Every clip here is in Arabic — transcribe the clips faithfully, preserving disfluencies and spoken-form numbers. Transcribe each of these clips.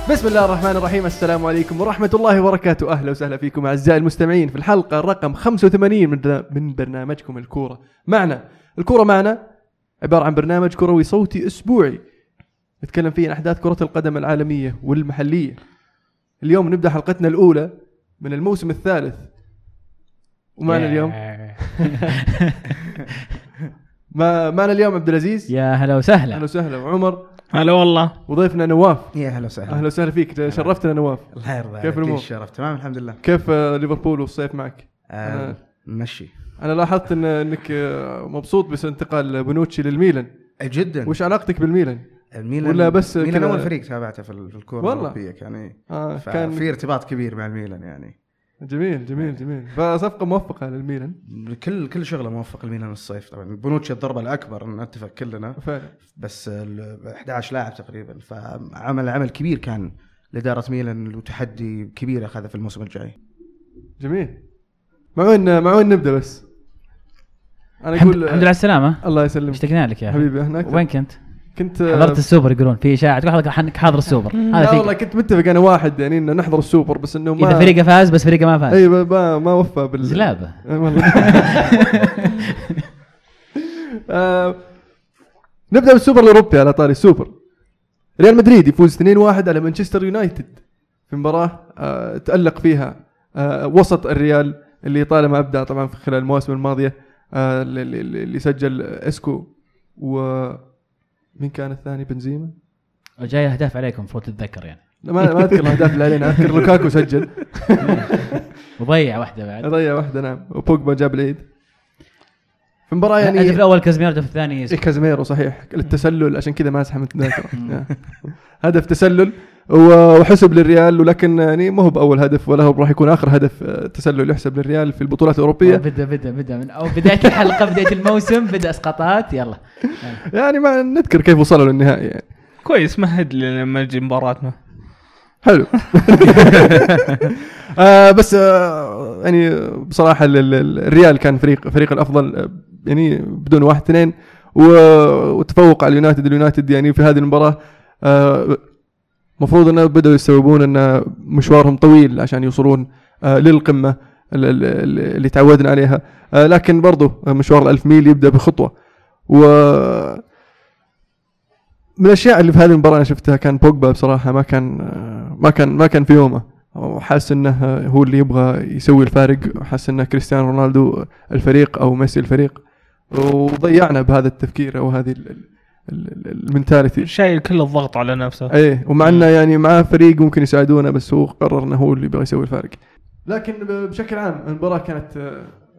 بسم الله الرحمن الرحيم. السلام عليكم ورحمة الله وبركاته. أهلا وسهلا فيكم أعزائي المستمعين في الحلقة رقم خمسة وثمانين من من برنامجكم الكورة معنا. الكورة معنا عبارة عن برنامج كروي صوتي أسبوعي نتكلم فيه عن أحداث كرة القدم العالمية والمحلية. اليوم نبدأ حلقتنا الأولى من الموسم الثالث، ومعنا اليوم ما معنا اليوم عبد العزيز. يا هلا وسهلا. أهلا وسهلا. وعمر. هلا والله. وضيفنا نواف. يا هلا وسهلا. أهلا وسهلا فيك. شرفتنا نواف. الله يرضى. كيف الأمور؟ شرفت. تمام الحمد لله. كيف ليفربول والصيف معك؟ آه مشي. أنا لاحظت إن إنك مبسوط بس انتقال بونوتشي للميلان. جدا. وش علاقتك بالميلان؟ الميلان ولا بس الميلان كده... أول فريق تابعته في الكورة الأوروبية يعني. آه كان في ارتباط كبير مع الميلان يعني. جميل جميل جميل. فصفقة موفقة للميلان. كل كل شغله موفق الميلان الصيف. طبعا بونوتشي الضربة الأكبر نتفق كلنا فعلا. بس أحد عشر لاعب تقريبا، فعمل عمل كبير كان لإدارة ميلان وتحدي كبير أخذه في الموسم الجاي. جميل. مع وين مع وين نبدأ بس؟ أنا أقول الحمد لله على السلامة. الله يسلمك. اشتقنا لك يا حبيبي. هناك وين كنت؟ كنت حضرت السوبر يقولون في إشاعة تقول حضرتك حاضر السوبر. هذا والله كنت متفق أنا واحد يعني إن نحضر السوبر بس إنه ما إذا فريقه فاز بس فريقه ما فاز. أي ما ما وفى بال زلابة. آه نبدأ بالسوبر الأوروبي. على طاري السوبر، ريال مدريد يفوز اثنين واحد على مانشستر يونايتد في مباراة آه تألق فيها آه وسط الريال اللي طالما أبدع طبعا في خلال المواسم الماضية، آه اللي, اللي سجل اسكو ومين كان الثاني؟ بنزيما. وجاي أهداف عليكم فوت تتذكر يعني. ما ما أذكر الأهداف اللي علينا. أذكر لوكاكو سجل وضيع واحدة بعد. ضيع واحدة نعم. وبوجبا جاب العيد في مباراة يعني. الهدف الأول كازيميرو، الهدف الثاني إيه كازيميرو صحيح للتسلل، عشان كذا ما أسحمت ذاكرة. هدف تسلل وحسب للريال، ولكن يعني ما هو بأول هدف ولا هو راح يكون آخر هدف تسلل يحسب للريال في البطولات الأوروبية. بدأ بدأ بدأ من أو بداية الحلقة بداية الموسم بدأ إسقاطات. يلا يعني ما نذكر كيف وصلوا للنهائي يعني. كويس مهد لما نجي مباراتنا. حلو. آه بس آه يعني بصراحة الريال كان فريق فريق الأفضل يعني بدون واحد اثنين، وتفوق على اليونايتد. اليونايتد يعني في هذه المباراة آه مفروض أنه بدأوا يستوعبون أن مشوارهم طويل عشان يوصلون آه للقمة اللي تعودنا عليها، آه لكن برضو مشوار الألف ميل يبدأ بخطوة. و من الأشياء اللي في هذه المباراة أنا شفتها كان بوجبا بصراحة ما كان ما كان ما كان في يومه، وحاس إنه هو اللي يبغى يسوي الفارق، وحس إنه كريستيانو رونالدو الفريق أو ميسي الفريق، وضيعنا بهذا التفكير أو هذه المنتاليتي. شايل كل الضغط على نفسه. إيه ومع إنه يعني معاه فريق ممكن يساعدونه، بس هو قرر إنه هو اللي يبغى يسوي الفارق. لكن بشكل عام المباراة كانت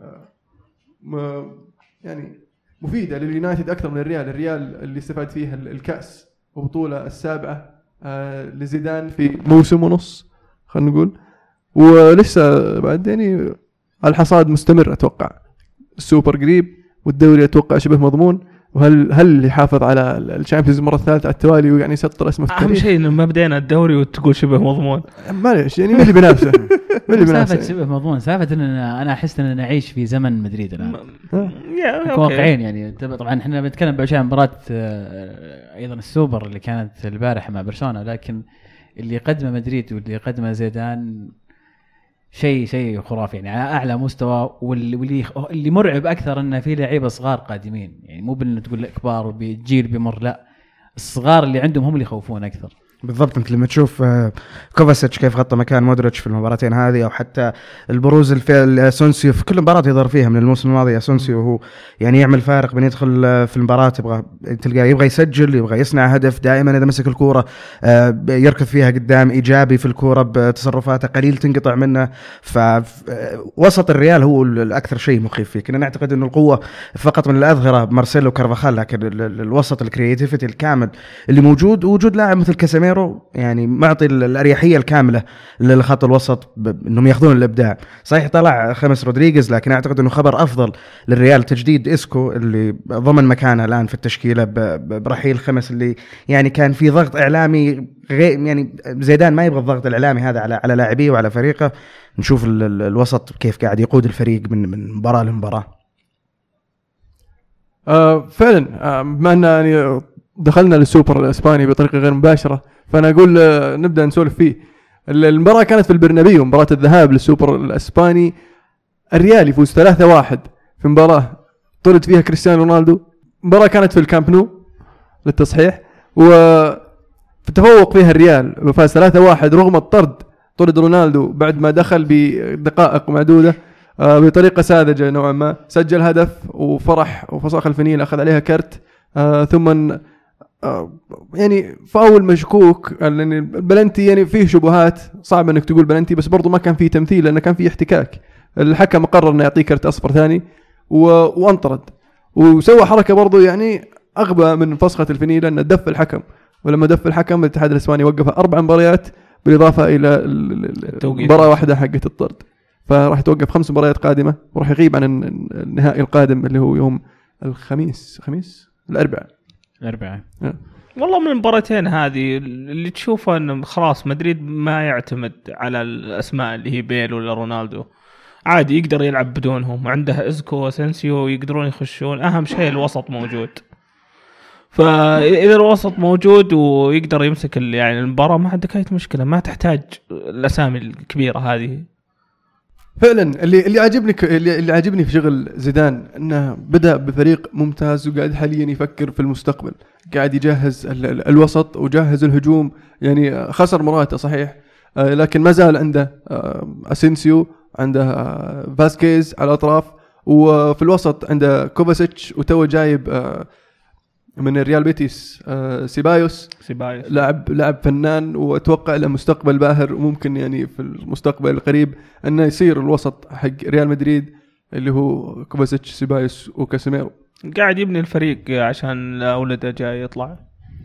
يعني مفيدة لليونايتد أكثر من الريال. الريال اللي استفاد فيها الكأس وبطولة السابعة آه لزيدان في موسم ونص خلينا نقول، ولسه بعد يعني الحصاد مستمر. أتوقع السوبر قريب والدوري أتوقع شبه مضمون، وهل هل يحافظ على الشامبيونز مرة ثالثة على التوالي ويعني يسطر اسمه في التاريخ. أهم شيء إنه ما بدينا الدوري وتقول شبه مضمون. معليش يعني مين اللي بينافسه؟ مين اللي بينافسه؟ شبه مضمون. سالفة إن أنا أحس إن نعيش في زمن مدريد الآن. يا واقعين يعني. طبعا إحنا بنتكلم بعشان مباراة أيضا السوبر اللي كانت البارحة مع برشلونة، لكن اللي قدمه مدريد واللي قدمه زيدان شيء شيء خرافي يعني على أعلى مستوى. واللي اللي مرعب أكثر إنه في لعيبة صغار قادمين، يعني مو بأنه تقول الكبار بيجيل بمر، لا الصغار اللي عندهم هم اللي يخوفون أكثر. بالضبط. انت لما تشوف كوفاسيتش كيف غطى مكان مودريتش في المباراتين هذه، او حتى البروز اللي سونسيو في كل مباراه يظهر فيها من الموسم الماضي، سونسيو هو يعني يعمل فارق بين يدخل في المباراه يبغى تلقاه يبغى يسجل، يبغى يصنع هدف دائما. اذا مسك الكوره يركض فيها قدام، ايجابي في الكوره بتصرفاته، قليل تنقطع منه. فوسط الريال هو الاكثر شيء مخيف فيه. كنا نعتقد انه القوه فقط من الاظهره مارسيلو وكارفاخال، لكن الوسط الكرياتيفيتي الكامل اللي موجود، وجود لاعب مثل كاسيميرو يعني معطي الأريحية الكاملة للخط الوسط انهم ياخذون الابداع. صحيح طلع خمس رودريغيز، لكن اعتقد انه خبر افضل للريال تجديد اسكو اللي ضمن مكانه الان في التشكيله برحيل خمس، اللي يعني كان في ضغط اعلامي غير يعني زيدان ما يبغى الضغط الاعلامي هذا على على لاعبيه وعلى فريقه. نشوف الوسط كيف قاعد يقود الفريق من من مباراه لمباراه. آه فعلا. آه بما ان يعني دخلنا للسوبر الاسباني بطريقه غير مباشره، فانا اقول آه، نبدا نسولف فيه. المباراه كانت في البرنابيو، مباراه الذهاب للسوبر الاسباني. الريال يفوز ثلاثة واحد في مباراه طرد فيها كريستيانو رونالدو. مباراه كانت في الكامب نو للتصحيح، وتفوق فيها الريال وفاز ثلاثة واحد رغم الطرد. طرد رونالدو بعد ما دخل بدقائق معدوده آه، بطريقه ساذجه نوعا ما، سجل هدف وفرح وفسخ الفنيل اخذ عليها كرت. آه ثم آه يعني فاول مشكوك، لان البلنتي يعني فيه شبهات، صعب انك تقول بلنتي بس برضو ما كان فيه تمثيل لانه كان فيه احتكاك. الحكم قرر انه يعطيه كرت اصفر ثاني و... وانطرد، وسوى حركه برضو يعني اغبى من فسخه الفنيل لانه دف الحكم، ولما دف الحكم الاتحاد الاسباني وقف اربع مباريات بالاضافه الى المباراه واحده حقت الطرد، فراح يتوقف خمس مباريات قادمه وراح يغيب عن النهائي القادم اللي هو يوم الخميس خميس الاربعاء الاربعاء والله من المباراتين هذه اللي تشوفها انه خلاص مدريد ما يعتمد على الاسماء اللي هي بيل ولا رونالدو، عادي يقدر يلعب بدونهم، عنده إزكو وسنسيو يقدرون يخشون. اهم شيء الوسط موجود، فاذا الوسط موجود ويقدر يمسك يعني المباراه ما عندك اي مشكله، ما تحتاج الاسامي الكبيره هذه. فعلا اللي اللي عجبني اللي, اللي عجبني في شغل زيدان انه بدا بفريق ممتاز وقاعد حاليا يفكر في المستقبل، قاعد يجهز ال ال الوسط وجهز الهجوم. يعني خسر مراته صحيح آه لكن ما زال عنده آه اسينسيو، عنده آه فاسكيز على الاطراف، وفي الوسط عنده كوفاسيتش، وتو جايب آه من الريال بيتيس آه سيبايوس سيبايوس لاعب لاعب فنان، واتوقع له مستقبل باهر، وممكن يعني في المستقبل القريب انه يصير الوسط حق ريال مدريد اللي هو كوفاسيتش سيبايوس وكاسيميرو. قاعد يبني الفريق عشان اولده جاي يطلع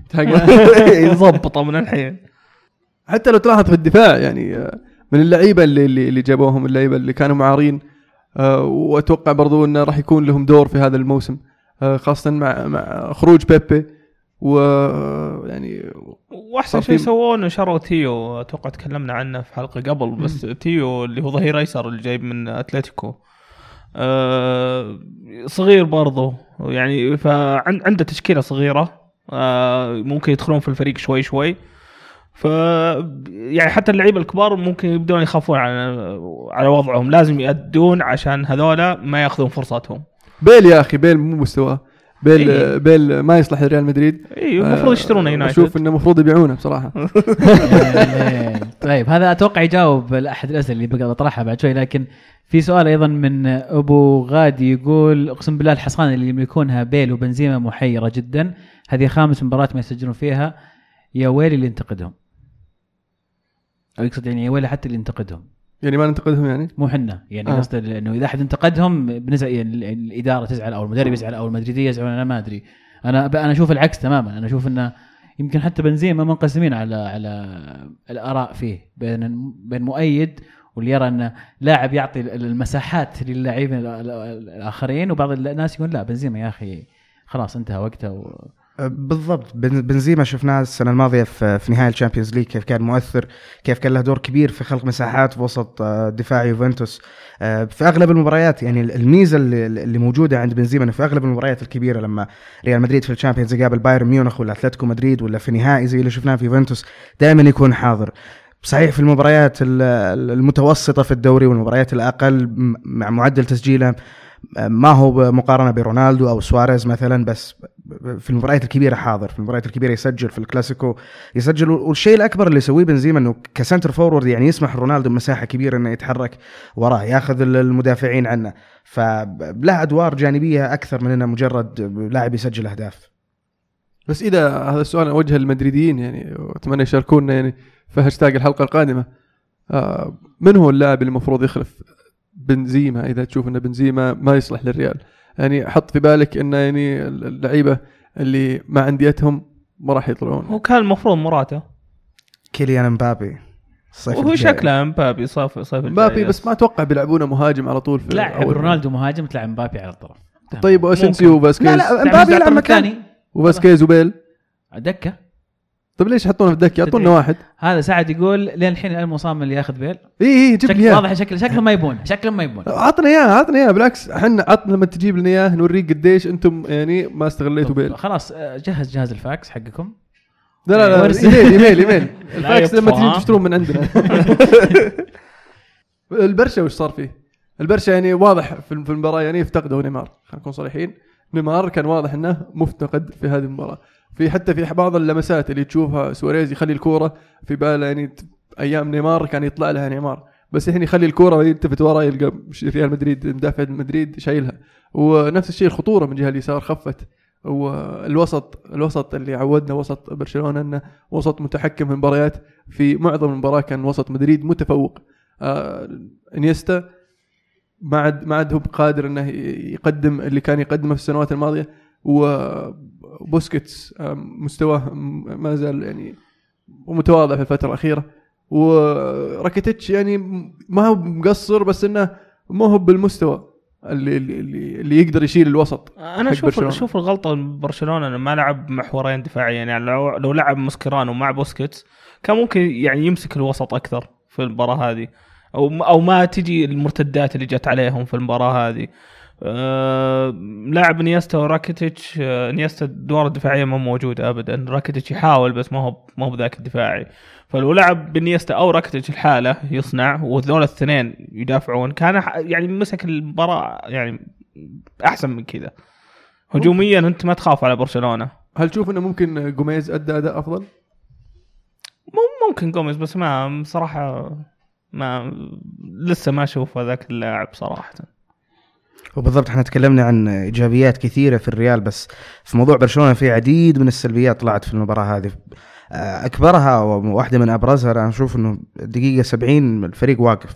يضبطه من الحين. حتى لو تلاحظ في الدفاع يعني من اللعيبه اللي اللي جابوهم، اللعيبه اللي كانوا معارين، واتوقع برضو انه راح يكون لهم دور في هذا الموسم، خاصة مع مع خروج بيبي. ويعني واحسن شيء سووه شروا تيو، اتوقع تكلمنا عنه في حلقة قبل، بس تيو اللي هو ظهير ايسر اللي جايب من اتلتيكو، أه صغير برضه يعني، فعنده تشكيلة صغيرة، أه ممكن يدخلون في الفريق شوي شوي. ف يعني حتى اللعيبه الكبار ممكن يبدون يخافون على على وضعهم، لازم يأدون عشان هذولا ما ياخذون فرصتهم. بيل يا اخي بيل مو مستواه، بيل إيه؟ بيل ما يصلح لريال مدريد. ايوه المفروض يشترونه يونايتد. اشوف انه المفروض يبيعونه بصراحه. طيب هذا اتوقع يجاوب احد الاسئله اللي بقى اطرحها بعد شوي، لكن في سؤال ايضا من ابو غادي يقول اقسم بالله الحصانه اللي يملكونها بيل وبنزيما محيره جدا، هذه خامس مباراه ما يسجلون فيها، يا ويلي اللي ينتقدهم. او يقصد يعني يا ويلي حتى اللي ينتقدهم، يعني ما ننتقدهم يعني مو حنا يعني قصد آه. انه اذا احد انتقدهم بنزع يعني الاداره تزعل او المدرب يزعل او المدريديه يزعلون، انا ما ادري. انا انا اشوف العكس تماما، انا اشوف انه يمكن حتى بنزيما منقسمين على على الاراء فيه، بين بين مؤيد واللي يرى انه لاعب يعطي المساحات للاعبين الاخرين، وبعض الناس يقول لا بنزيما يا اخي خلاص انتهى وقته و... بالضبط. بنزيما شفناه السنة الماضية في في نهاية الشامبيونز ليج كيف كان مؤثر، كيف كان له دور كبير في خلق مساحات في وسط دفاع يوفنتوس في أغلب المباريات. يعني الميزة اللي موجودة عند بنزيما في أغلب المباريات الكبيرة، لما ريال مدريد في الشامبيونز يقابل بايرن ميونخ ولا أتلتيكو مدريد ولا في نهائي زي اللي شفناه في يوفنتوس، دائما يكون حاضر. صحيح في المباريات المتوسطة في الدوري والمباريات الأقل مع معدل تسجيله ما هو مقارنة برونالدو أو سواريز مثلا، بس في المباريات الكبيرة حاضر، في المباريات الكبيرة يسجل، في الكلاسيكو يسجل. والشيء الأكبر اللي يسويه بنزيما أنه كسنتر فورورد يعني يسمح رونالدو مساحة كبيرة أنه يتحرك وراه، ياخذ المدافعين عنه، فله أدوار جانبية أكثر من أنه مجرد لاعب يسجل أهداف. بس إذا هذا السؤال أوجه للمدريديين يعني، وأتمنى يشاركونا يعني في هاشتاج الحلقة القادمة، آه من هو اللاعب اللي المفروض يخلف بنزيما إذا تشوف أن بنزيما ما يصلح للريال؟ يعني حط في بالك أن يعني اللعيبة اللي مع أنديتهم ما راح يطلعون. هو كان المفروض مراته كيليان مبابي، وهو شكله مبابي صيف صيف مبابي، بس ما أتوقع بيلعبونه مهاجم على طول. في لاعب رونالدو مهاجم، تلعب مبابي على الطرف. طيب واسنسيو وفاسكيز. لا لا مبابي يلعب مكان وفاسكيز وبيل دكة. طب ليش يحطونه في الدكه يعطونا واحد؟ هذا سعد يقول لين الحين المصمم اللي ياخذ بيل. اي اي جيب لي واضح شكله شكله ما يبون شكله ما يبون عطنا اياه عطنا اياه بالعكس احنا عطنا لما تجيب لنا اياه نوريك قديش انتم يعني ما استغليتوا بيل. خلاص جهز جهاز الفاكس حقكم. لا لا لا ايميل ايميل ايميل الفاكس لما تجي تشترون من عندنا. البرشا وش صار فيه؟ البرشا يعني واضح في المباراه يعني افتقدوا نيمار، خلينا نكون صريحين. نيمار كان واضح انه مفتقد في هذه المباراه، في حتى في بعض اللمسات اللي تشوفها سواريز يخلي الكوره في باله، يعني ايام نيمار كان يطلع لها نيمار، بس الحين يخلي الكوره ويلتفت ورا يلقى ريال مدريد مدافع مدريد شايلها. ونفس الشيء الخطوره من جهه اليسار خفت، والوسط الوسط اللي عودنا وسط برشلونه انه وسط متحكم في المباريات، في معظم المباراه كان وسط مدريد متفوق. آه انيستا ما عاد ما عاد هو قادر انه يقدم اللي كان يقدمه في السنوات الماضيه، وبوسكيتس مستواه ما زال يعني متواضع في الفتره الاخيره، وركيتيتش يعني ما هو مقصر بس انه ما هو بالمستوى اللي اللي اللي يقدر يشيل الوسط. انا اشوف اشوف الغلطه برشلونه انه ما لعب محورين دفاعيين، يعني لو لو لعب مسكرانو مع بوسكيتس كان ممكن يعني يمسك الوسط اكثر في المباراه هذه، او او ما تجي المرتدات اللي جت عليهم في المباراه هذه. أه لاعب نيستا وراكيتيتش، أه نيستا الدور الدفاعيه ما موجوده ابدا، راكيتيتش يحاول بس ما هو ما هو بذاك الدفاعي. فلو لعب بنيستا او راكيتيتش الحاله يصنع وذول الاثنين يدافعون كان يعني مسك المباراه يعني احسن من كذا. هجوميا انت ما تخاف على برشلونه. هل تشوف انه ممكن جوميز ادى اداء افضل؟ ممكن جوميز، بس ما صراحه ما لسه ما اشوف هذاك اللاعب صراحه. وبالضبط احنا تكلمنا عن ايجابيات كثيره في الريال، بس في موضوع برشلونه في عديد من السلبيات طلعت في المباراه هذه. اكبرها وواحده من ابرزها انا اشوف انه دقيقه سبعين الفريق واقف،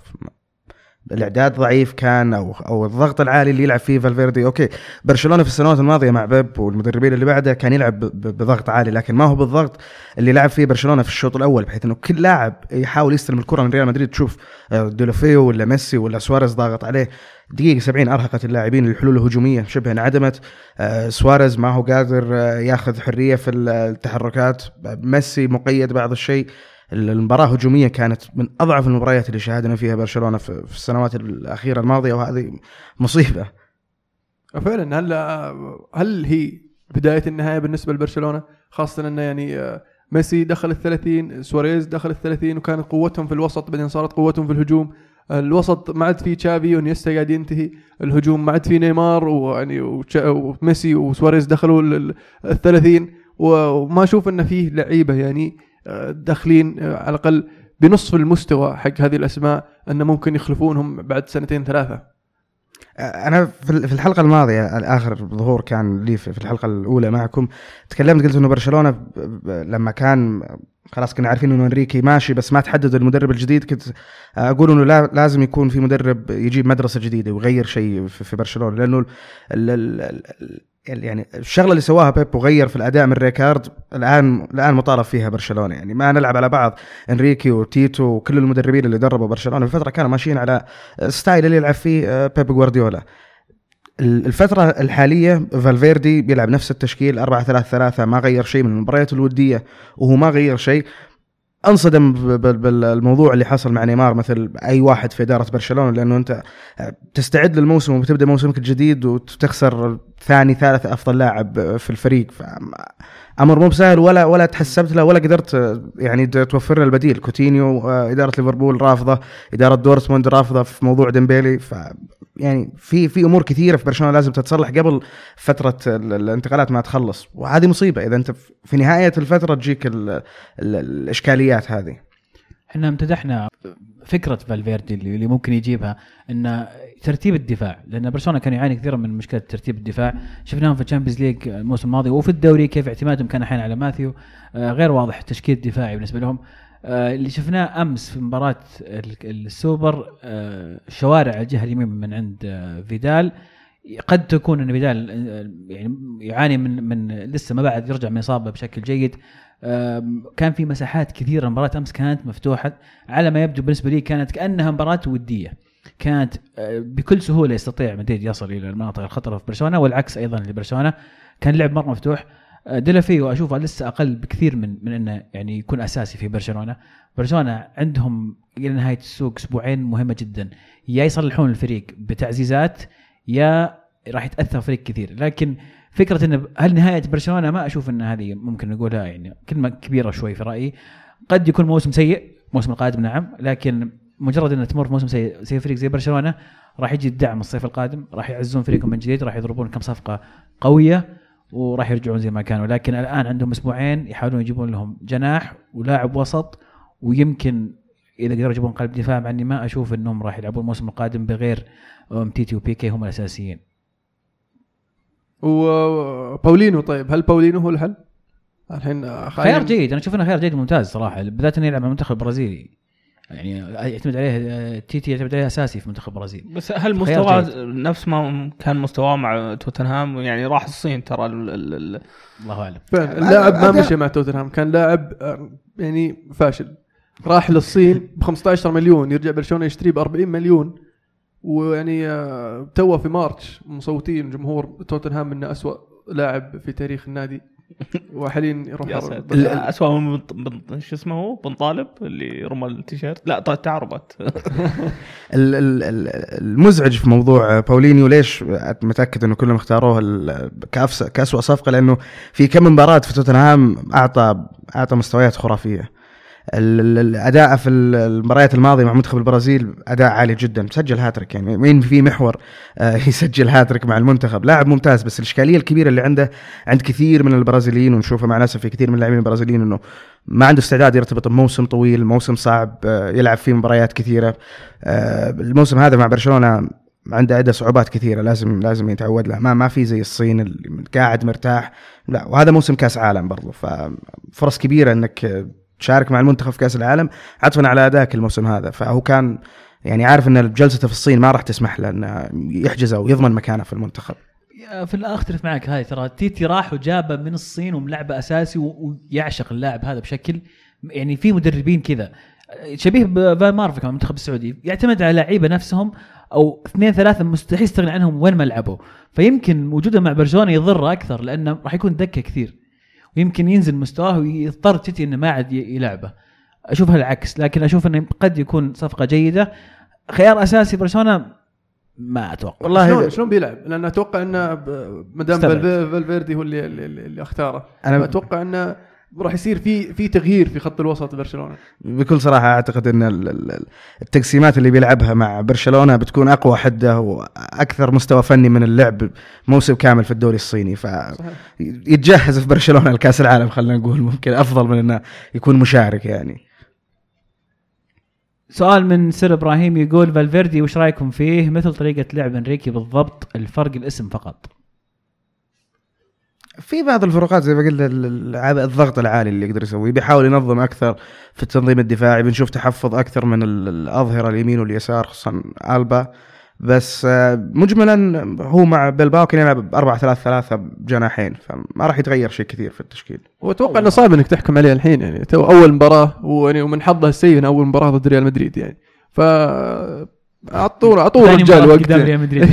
الاعداد ضعيف كان او او الضغط العالي اللي يلعب فيه فالفيردي. اوكي برشلونه في السنوات الماضيه مع بيب والمدربين اللي بعده كان يلعب بضغط عالي، لكن ما هو بالضغط اللي لعب فيه برشلونه في الشوط الاول، بحيث انه كل لاعب يحاول يستلم الكره من ريال مدريد. تشوف ديلوفيو ولا ميسي ولا سواريز ضاغط عليه. دقيقه سبعين ارهقت اللاعبين، الحلول الهجوميه شبه انعدمت. سواريز ما هو قادر ياخذ حريه في التحركات، ميسي مقيد بعض الشيء. المباراة هجومية كانت من أضعف المباريات اللي شاهدنا فيها برشلونة في السنوات الأخيرة الماضية، وهذه مصيبة فعلا. هل هل هي بداية النهاية بالنسبة لبرشلونة، خاصة أن يعني ميسي دخل الثلاثين، سواريز دخل الثلاثين، وكانت قوتهم في الوسط بعدين صارت قوتهم في الهجوم. الوسط ما عاد فيه تشافي ونيستا قاعد ينتهي، الهجوم ما عاد فيه نيمار ويعني وميسي وسواريز دخلوا الثلاثين، وما أشوف أن فيه لعيبة يعني داخلين على الأقل بنصف المستوى حق هذه الأسماء أن ممكن يخلفونهم بعد سنتين ثلاثة. أنا في الحلقة الماضية آخر ظهور كان لي في الحلقة الأولى معكم تكلمت قلت إنه برشلونة لما كان خلاص كنا عارفين إنه إنريكي ماشي بس ما تحدد المدرب الجديد، كنت أقول إنه لا لازم يكون في مدرب يجيب مدرسة جديدة ويغير شيء في برشلونة، لأنه ال ال ال يعني الشغله اللي سواها بيب وغير في الاداء من ريكارد الان الان مطالب فيها برشلونه. يعني ما نلعب على بعض انريكي وتيتو وكل المدربين اللي دربوا برشلونه الفتره كانوا ماشيين على ستايل اللي يلعب فيه بيب غوارديولا. الفتره الحاليه فالفيردي بيلعب نفس التشكيل أربعة ثلاثة ثلاثة، ما غير شيء من المباريات الوديه وهو ما غير شيء. انصدم بالموضوع اللي حصل مع نيمار مثل اي واحد في اداره برشلونه، لانه انت تستعد للموسم وبتبدا موسمك الجديد وتخسر ثاني ثالث افضل لاعب في الفريق، امر مو بسهل ولا ولا تحسبت له ولا قدرت يعني توفر له البديل. كوتينيو اداره ليفربول رافضه، اداره دورتموند رافضه في موضوع ديمبيلي، ف يعني في في امور كثيره في برشلونه لازم تتصلح قبل فتره الانتقالات ما تخلص، وهذه مصيبه اذا انت في نهايه الفتره تجيك ال ال الاشكاليات هذه. احنا امتدحنا فكره فالفيردي اللي ممكن يجيبها ان ترتيب الدفاع، لان برشلونه كان يعاني كثيرا من مشكله ترتيب الدفاع. شفناهم في الشامبيونز ليج الموسم الماضي وفي الدوري كيف اعتمادهم كان احيانا على ماثيو، غير واضح التشكيل الدفاعي بالنسبه لهم. اللي شفناه امس في مباراه السوبر شوارع الجهه اليمين من عند فيدال، قد تكون ان فيدال يعني يعاني من من لسه ما بعد يرجع من اصابه بشكل جيد. كان في مساحات كثيره، مباراه امس كانت مفتوحه على ما يبدو بالنسبه لي، كانت كانها مباراه وديه، كانت بكل سهوله يستطيع مدريد يصل الى المناطق الخطره في برشلونه، والعكس ايضا لبرشلونه كان لعب مره مفتوح. ديلافيو اشوفه لسه اقل بكثير من من انه يعني يكون اساسي في برشلونه. برشلونه عندهم الى نهايه السوق اسبوعين مهمه جدا، يا يصلحون الفريق بتعزيزات يا راح يتاثر فريق كثير. لكن فكره ان هل نهايه برشلونه ما اشوف ان هذه ممكن نقولها يعني كلمه كبيره شوي في رايي. قد يكون موسم سيء موسم القادم نعم، لكن مجرد ان تمر موسم سيء زي فريق زي برشلونه راح يجي الدعم الصيف القادم، راح يعزون فريقهم من جديد، راح يضربون كم صفقه قويه وراح يرجعون زي ما كانوا. لكن الان عندهم اسبوعين يحاولون يجيبون لهم جناح ولاعب وسط، ويمكن اذا قدروا يجيبون قلب دفاع، مع اني ما اشوف انهم راح يلعبون الموسم القادم بغير تيتي وبيكي هم الاساسيين. وباولينو طيب هل باولينو هو الحل الحين؟ خيار جيد، انا اشوف انه خيار جيد ممتاز صراحه، بالذات انه يلعب مع المنتخب البرازيلي، يعني يعتمد عليه تيتي، يعتمد عليه اساسي في منتخب البرازيل. بس هل مستوى نفس ما كان مستواه مع توتنهام؟ يعني راح الصين ترى ال ال الله اعلم. اللاعب ما مشي مع توتنهام، كان لاعب يعني فاشل، راح للصين ب خمسة عشر مليون، يرجع برشلونه يشتريه ب أربعين مليون، ويعني توه في مارتش مصوتين جمهور توتنهام انه أسوأ لاعب في تاريخ النادي، وحاليا يروح أسوأ من شو اسمه هو بن طالب اللي رمى التيشيرت. لا تعربت. المزعج في موضوع باولينيو ليش متأكد انه كلهم اختاروه كأسوأ صفقة، لانه في كم مباراة في توتنهام اعطى اعطى مستويات خرافية. الاداء في المباريات الماضيه مع منتخب البرازيل اداء عالي جدا، سجل هاتريك، يعني مين في محور يسجل هاتريك مع المنتخب، لاعب ممتاز. بس الاشكاليه الكبيره اللي عنده عند كثير من البرازيليين، ونشوفها مع الاسف في كثير من اللاعبين البرازيليين، انه ما عنده استعداد يرتبط بموسم طويل، موسم صعب يلعب فيه مباريات كثيره. الموسم هذا مع برشلونه عنده عده صعوبات كثيره، لازم لازم يتعود لها، ما ما في زي الصين اللي قاعد مرتاح، لا. وهذا موسم كاس عالم برضو، ففرص كبيره انك تشارك مع المنتخب في كأس العالم عطفا على أداك الموسم هذا. فهو كان يعني عارف أن جلسته في الصين ما راح تسمح له أنه يحجزه ويضمن مكانه في المنتخب. في الآخر أختلف معك، هاي ترى تيتي راح وجابه من الصين وملعبه أساسي ويعشق اللاعب هذا بشكل، يعني في مدربين كذا شبيه بفان مارفي كمان المنتخب السعودي، يعتمد على لعيبة نفسهم أو اثنين ثلاثة مستحيل يستغني عنهم وين ما لعبوا. فيمكن وجوده مع برشلونة يضر أكثر لأنه راح يكون دكة كثير، ويمكن ينزل مستواه ويضطر تيتي انه ما عاد يلعبه. اشوفها العكس، لكن اشوف انه قد يكون صفقه جيده. خيار اساسي برشلونه ما اتوقع. والله شلون, شلون بيلعب؟ لان اتوقع انه مدام فالفيردي هو اللي اللي, اللي اختاره، انا اتوقع انه راح يصير في في تغيير في خط الوسط برشلونه. بكل صراحه اعتقد ان التقسيمات اللي بيلعبها مع برشلونه بتكون اقوى حده واكثر مستوى فني من اللعب موسم كامل في الدوري الصيني، فيتجهز في برشلونه لكاس العالم، خلينا نقول ممكن افضل من انه يكون مشارك. يعني سؤال من سير ابراهيم يقول فالفيردي وش رايكم فيه؟ مثل طريقه لعب انريكي بالضبط، الفرق الاسم فقط. في بعض الفروقات زي ما قلنا، الضغط العالي اللي يقدر يسويه، بيحاول ينظم أكثر في التنظيم الدفاعي، بنشوف تحفظ أكثر من الأظهرة اليمين واليسار خصوصا ألبا. بس مجملا هو مع بيلباو كان يلعب أربعة ثلاثة ثلاثة بجناحين، فما راح يتغير شيء كثير في التشكيل. وأتوقع أنه صعب أنك تحكم عليه الحين، يعني تو أول مباراة ومن حظه السيء أن أول مباراة ضد ريال مدريد، يعني فأعطوه أعطوه رجال وقت ريال مدريد.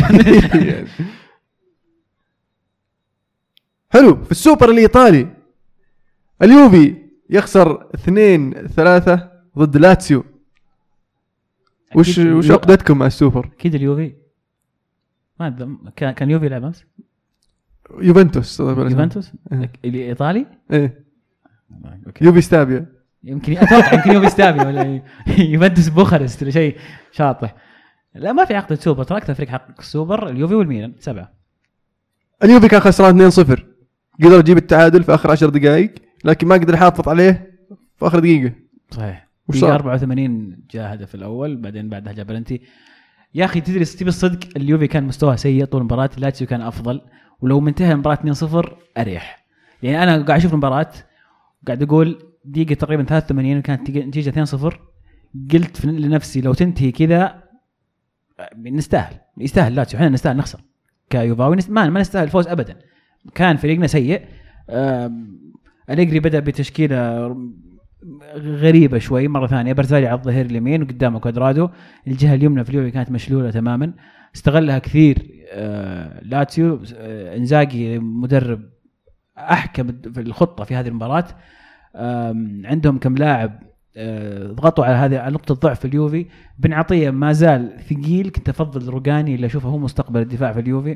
حلو. في السوبر الإيطالي اليوفي يخسر اثنين ثلاثة ضد لاتسيو. وش وش عقدتكم مع السوبر؟ أكيد اليوفي ما كان كان يوفي لعب أمس. يوفنتوس يوفنتوس الإيطالي. إيه يوفي ستابيا يمكن أتوقع يمكن يوفي ستابيا ولا يوفنتوس بوخارست ولا شيء شاطح. لا ما في عقد سوبر، ترى أكثر فريق حقق السوبر اليوفي والميلان سبعة. اليوفي كان خسران اثنين صفر، قدر يجيب التعادل في آخر عشر دقائق، لكن ما قدر يحافظ عليه في آخر دقيقة. صحيح. دقيقة أربعة وثمانين جاء هدف الأول، بعدين بعدها جاب بلنتي. يا أخي تدري تبي الصدق، اليوفي كان مستواه سيء طول المباراة، لاتسيو كان أفضل، ولو منتهى المباراة اثنين صفر أريح. يعني أنا قاعد أشوف المباراة قاعد أقول دقيقة تقريبا ثلاثة وثمانين وكانت نتيجة اثنين صفر، قلت لنفسي لو تنتهي كذا نستاهل، يستاهل لاتسيو، إحنا نستاهل نخسر كيوفاوي، ما ما نستاهل الفوز أبدا. كان فريقنا سيء. أليجري بدأ بتشكيلة غريبة شوي مرة ثانية، برزالي على الظهير اليمين وقدامه كوادرادو، الجهة اليمنى في اليوفي كانت مشلولة تماما، استغلها كثير لاتسيو. إنزاغي مدرب احكم في الخطه في هذه المباراه. عندهم كم لاعب ضغطوا على هذه على نقطه ضعف اليوفي. بن عطيه ما زال ثقيل، كنت افضل روجاني اللي اشوفه هو مستقبل الدفاع في اليوفي.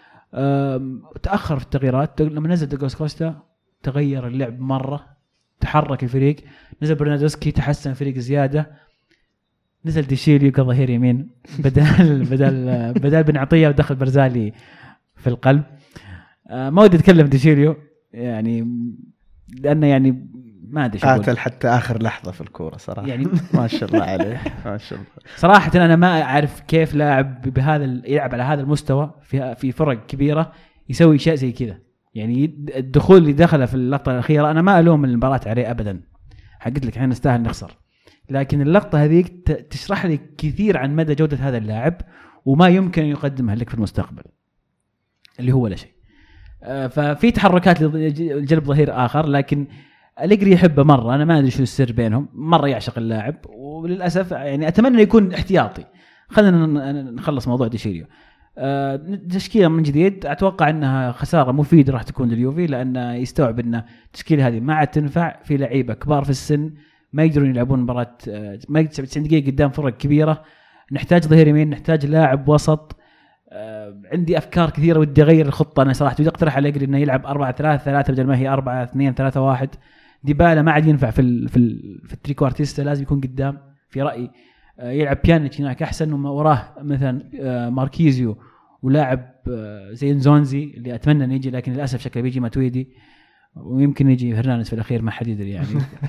تاخر في التغييرات، لما نزل دوغلاس كوستا تغير اللعب مره، تحرك الفريق. نزل برناردسكي تحسن الفريق زياده. نزل ديشيليو كظهير يمين بدل بدل بدل بن عطيه، ودخل برزالي في القلب. ما ودي اتكلم ديشيليو يعني لانه يعني ما ادري قاتل حتى اخر لحظه في الكوره صراحه يعني ما شاء الله عليه ما شاء الله. صراحه انا ما اعرف كيف لاعب بهذا يلعب على هذا المستوى في في فرق كبيره يسوي شيء زي كذا. يعني الدخول اللي دخله في اللقطه الاخيره انا ما الوم المباراه عليه ابدا، حقت لك احنا نستاهل نخسر، لكن اللقطه هذيك تشرح لي كثير عن مدى جوده هذا اللاعب وما يمكن ان يقدمها لك في المستقبل اللي هو لا شيء. ففي تحركات لجلب ظهير اخر، لكن أليجري يحبه مره. انا ما ادري شو السر بينهم، مره يعشق اللاعب وللاسف يعني اتمنى انه يكون احتياطي. خلينا نخلص موضوع ديشيليو. تشكيله من جديد اتوقع انها خساره مفيده راح تكون لليوفي، لانه يستوعب ان التشكيله هذه ما عاد تنفع في لعيبه كبار في السن ما يقدرون يلعبون مباراه، ما يقدر تسعين دقيقه قدام فرق كبيره. نحتاج ظهير يمين، نحتاج لاعب وسط. عندي افكار كثيره ودي اغير الخطه. انا صراحه ودي اقترح على أليجري انه يلعب أربعة ثلاثة ثلاثة بدل ما هي أربعة اثنين ثلاثة واحد. ديبالا ما عاد ينفع في ال في ال في التريكوارتيستا، لازم يكون قدام في رايي. يلعب بيانيتش هناك احسن، وما وراه مثلا ماركيزيو ولاعب زي نزونزي اللي اتمنى انه يجي، لكن للاسف شكله بيجي ماتويدي ويمكن يجي هرنانديز في الاخير، ما حد يدري يعني.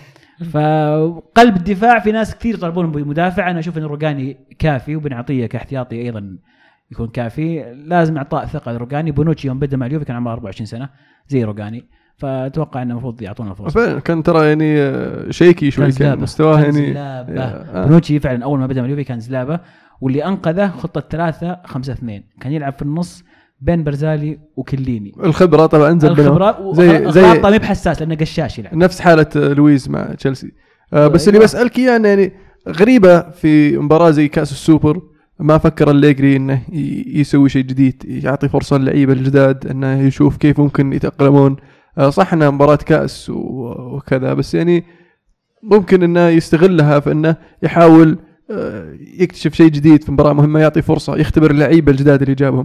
فقلب الدفاع في ناس كثير طلبون بمدافع، انا اشوف ان روجاني كافي، وبن عطيه كاحتياطي ايضا يكون كافي. لازم اعطاء ثقه لروجاني. بونوتشي يوم بدا مع اليوفي كان عمره أربعة وعشرين سنه زي روجاني، فاتوقع انه المفروض يعطونا الفرصه. فعلا كان ترى يعني شيكي شوي، كان مستواه يعني آه. بونوتشي فعلا اول ما بدا مع اليوفي كان زلابه، واللي انقذه خطه ثلاثة خمسة اثنين، كان يلعب في النص بين برزالي وكليني. الخبره طبعا انزل بينهم زي زي غلطه مي بحساس لانه قشاش يلعب نفس حاله لويز مع تشيلسي. آه بس اللي بسالك اياه يعني غريبه في مباراه زي كاس السوبر ما فكر أليجري انه يسوي شيء جديد، يعطي فرصه للعيبه الجداد انه يشوف كيف ممكن يتاقلمون. آه صح انها مباراه كاس وكذا، بس يعني ممكن انه يستغلها في انه يحاول آه يكتشف شيء جديد في مباراه مهمه، يعطي فرصه يختبر اللعيبه الجداد اللي جابهم.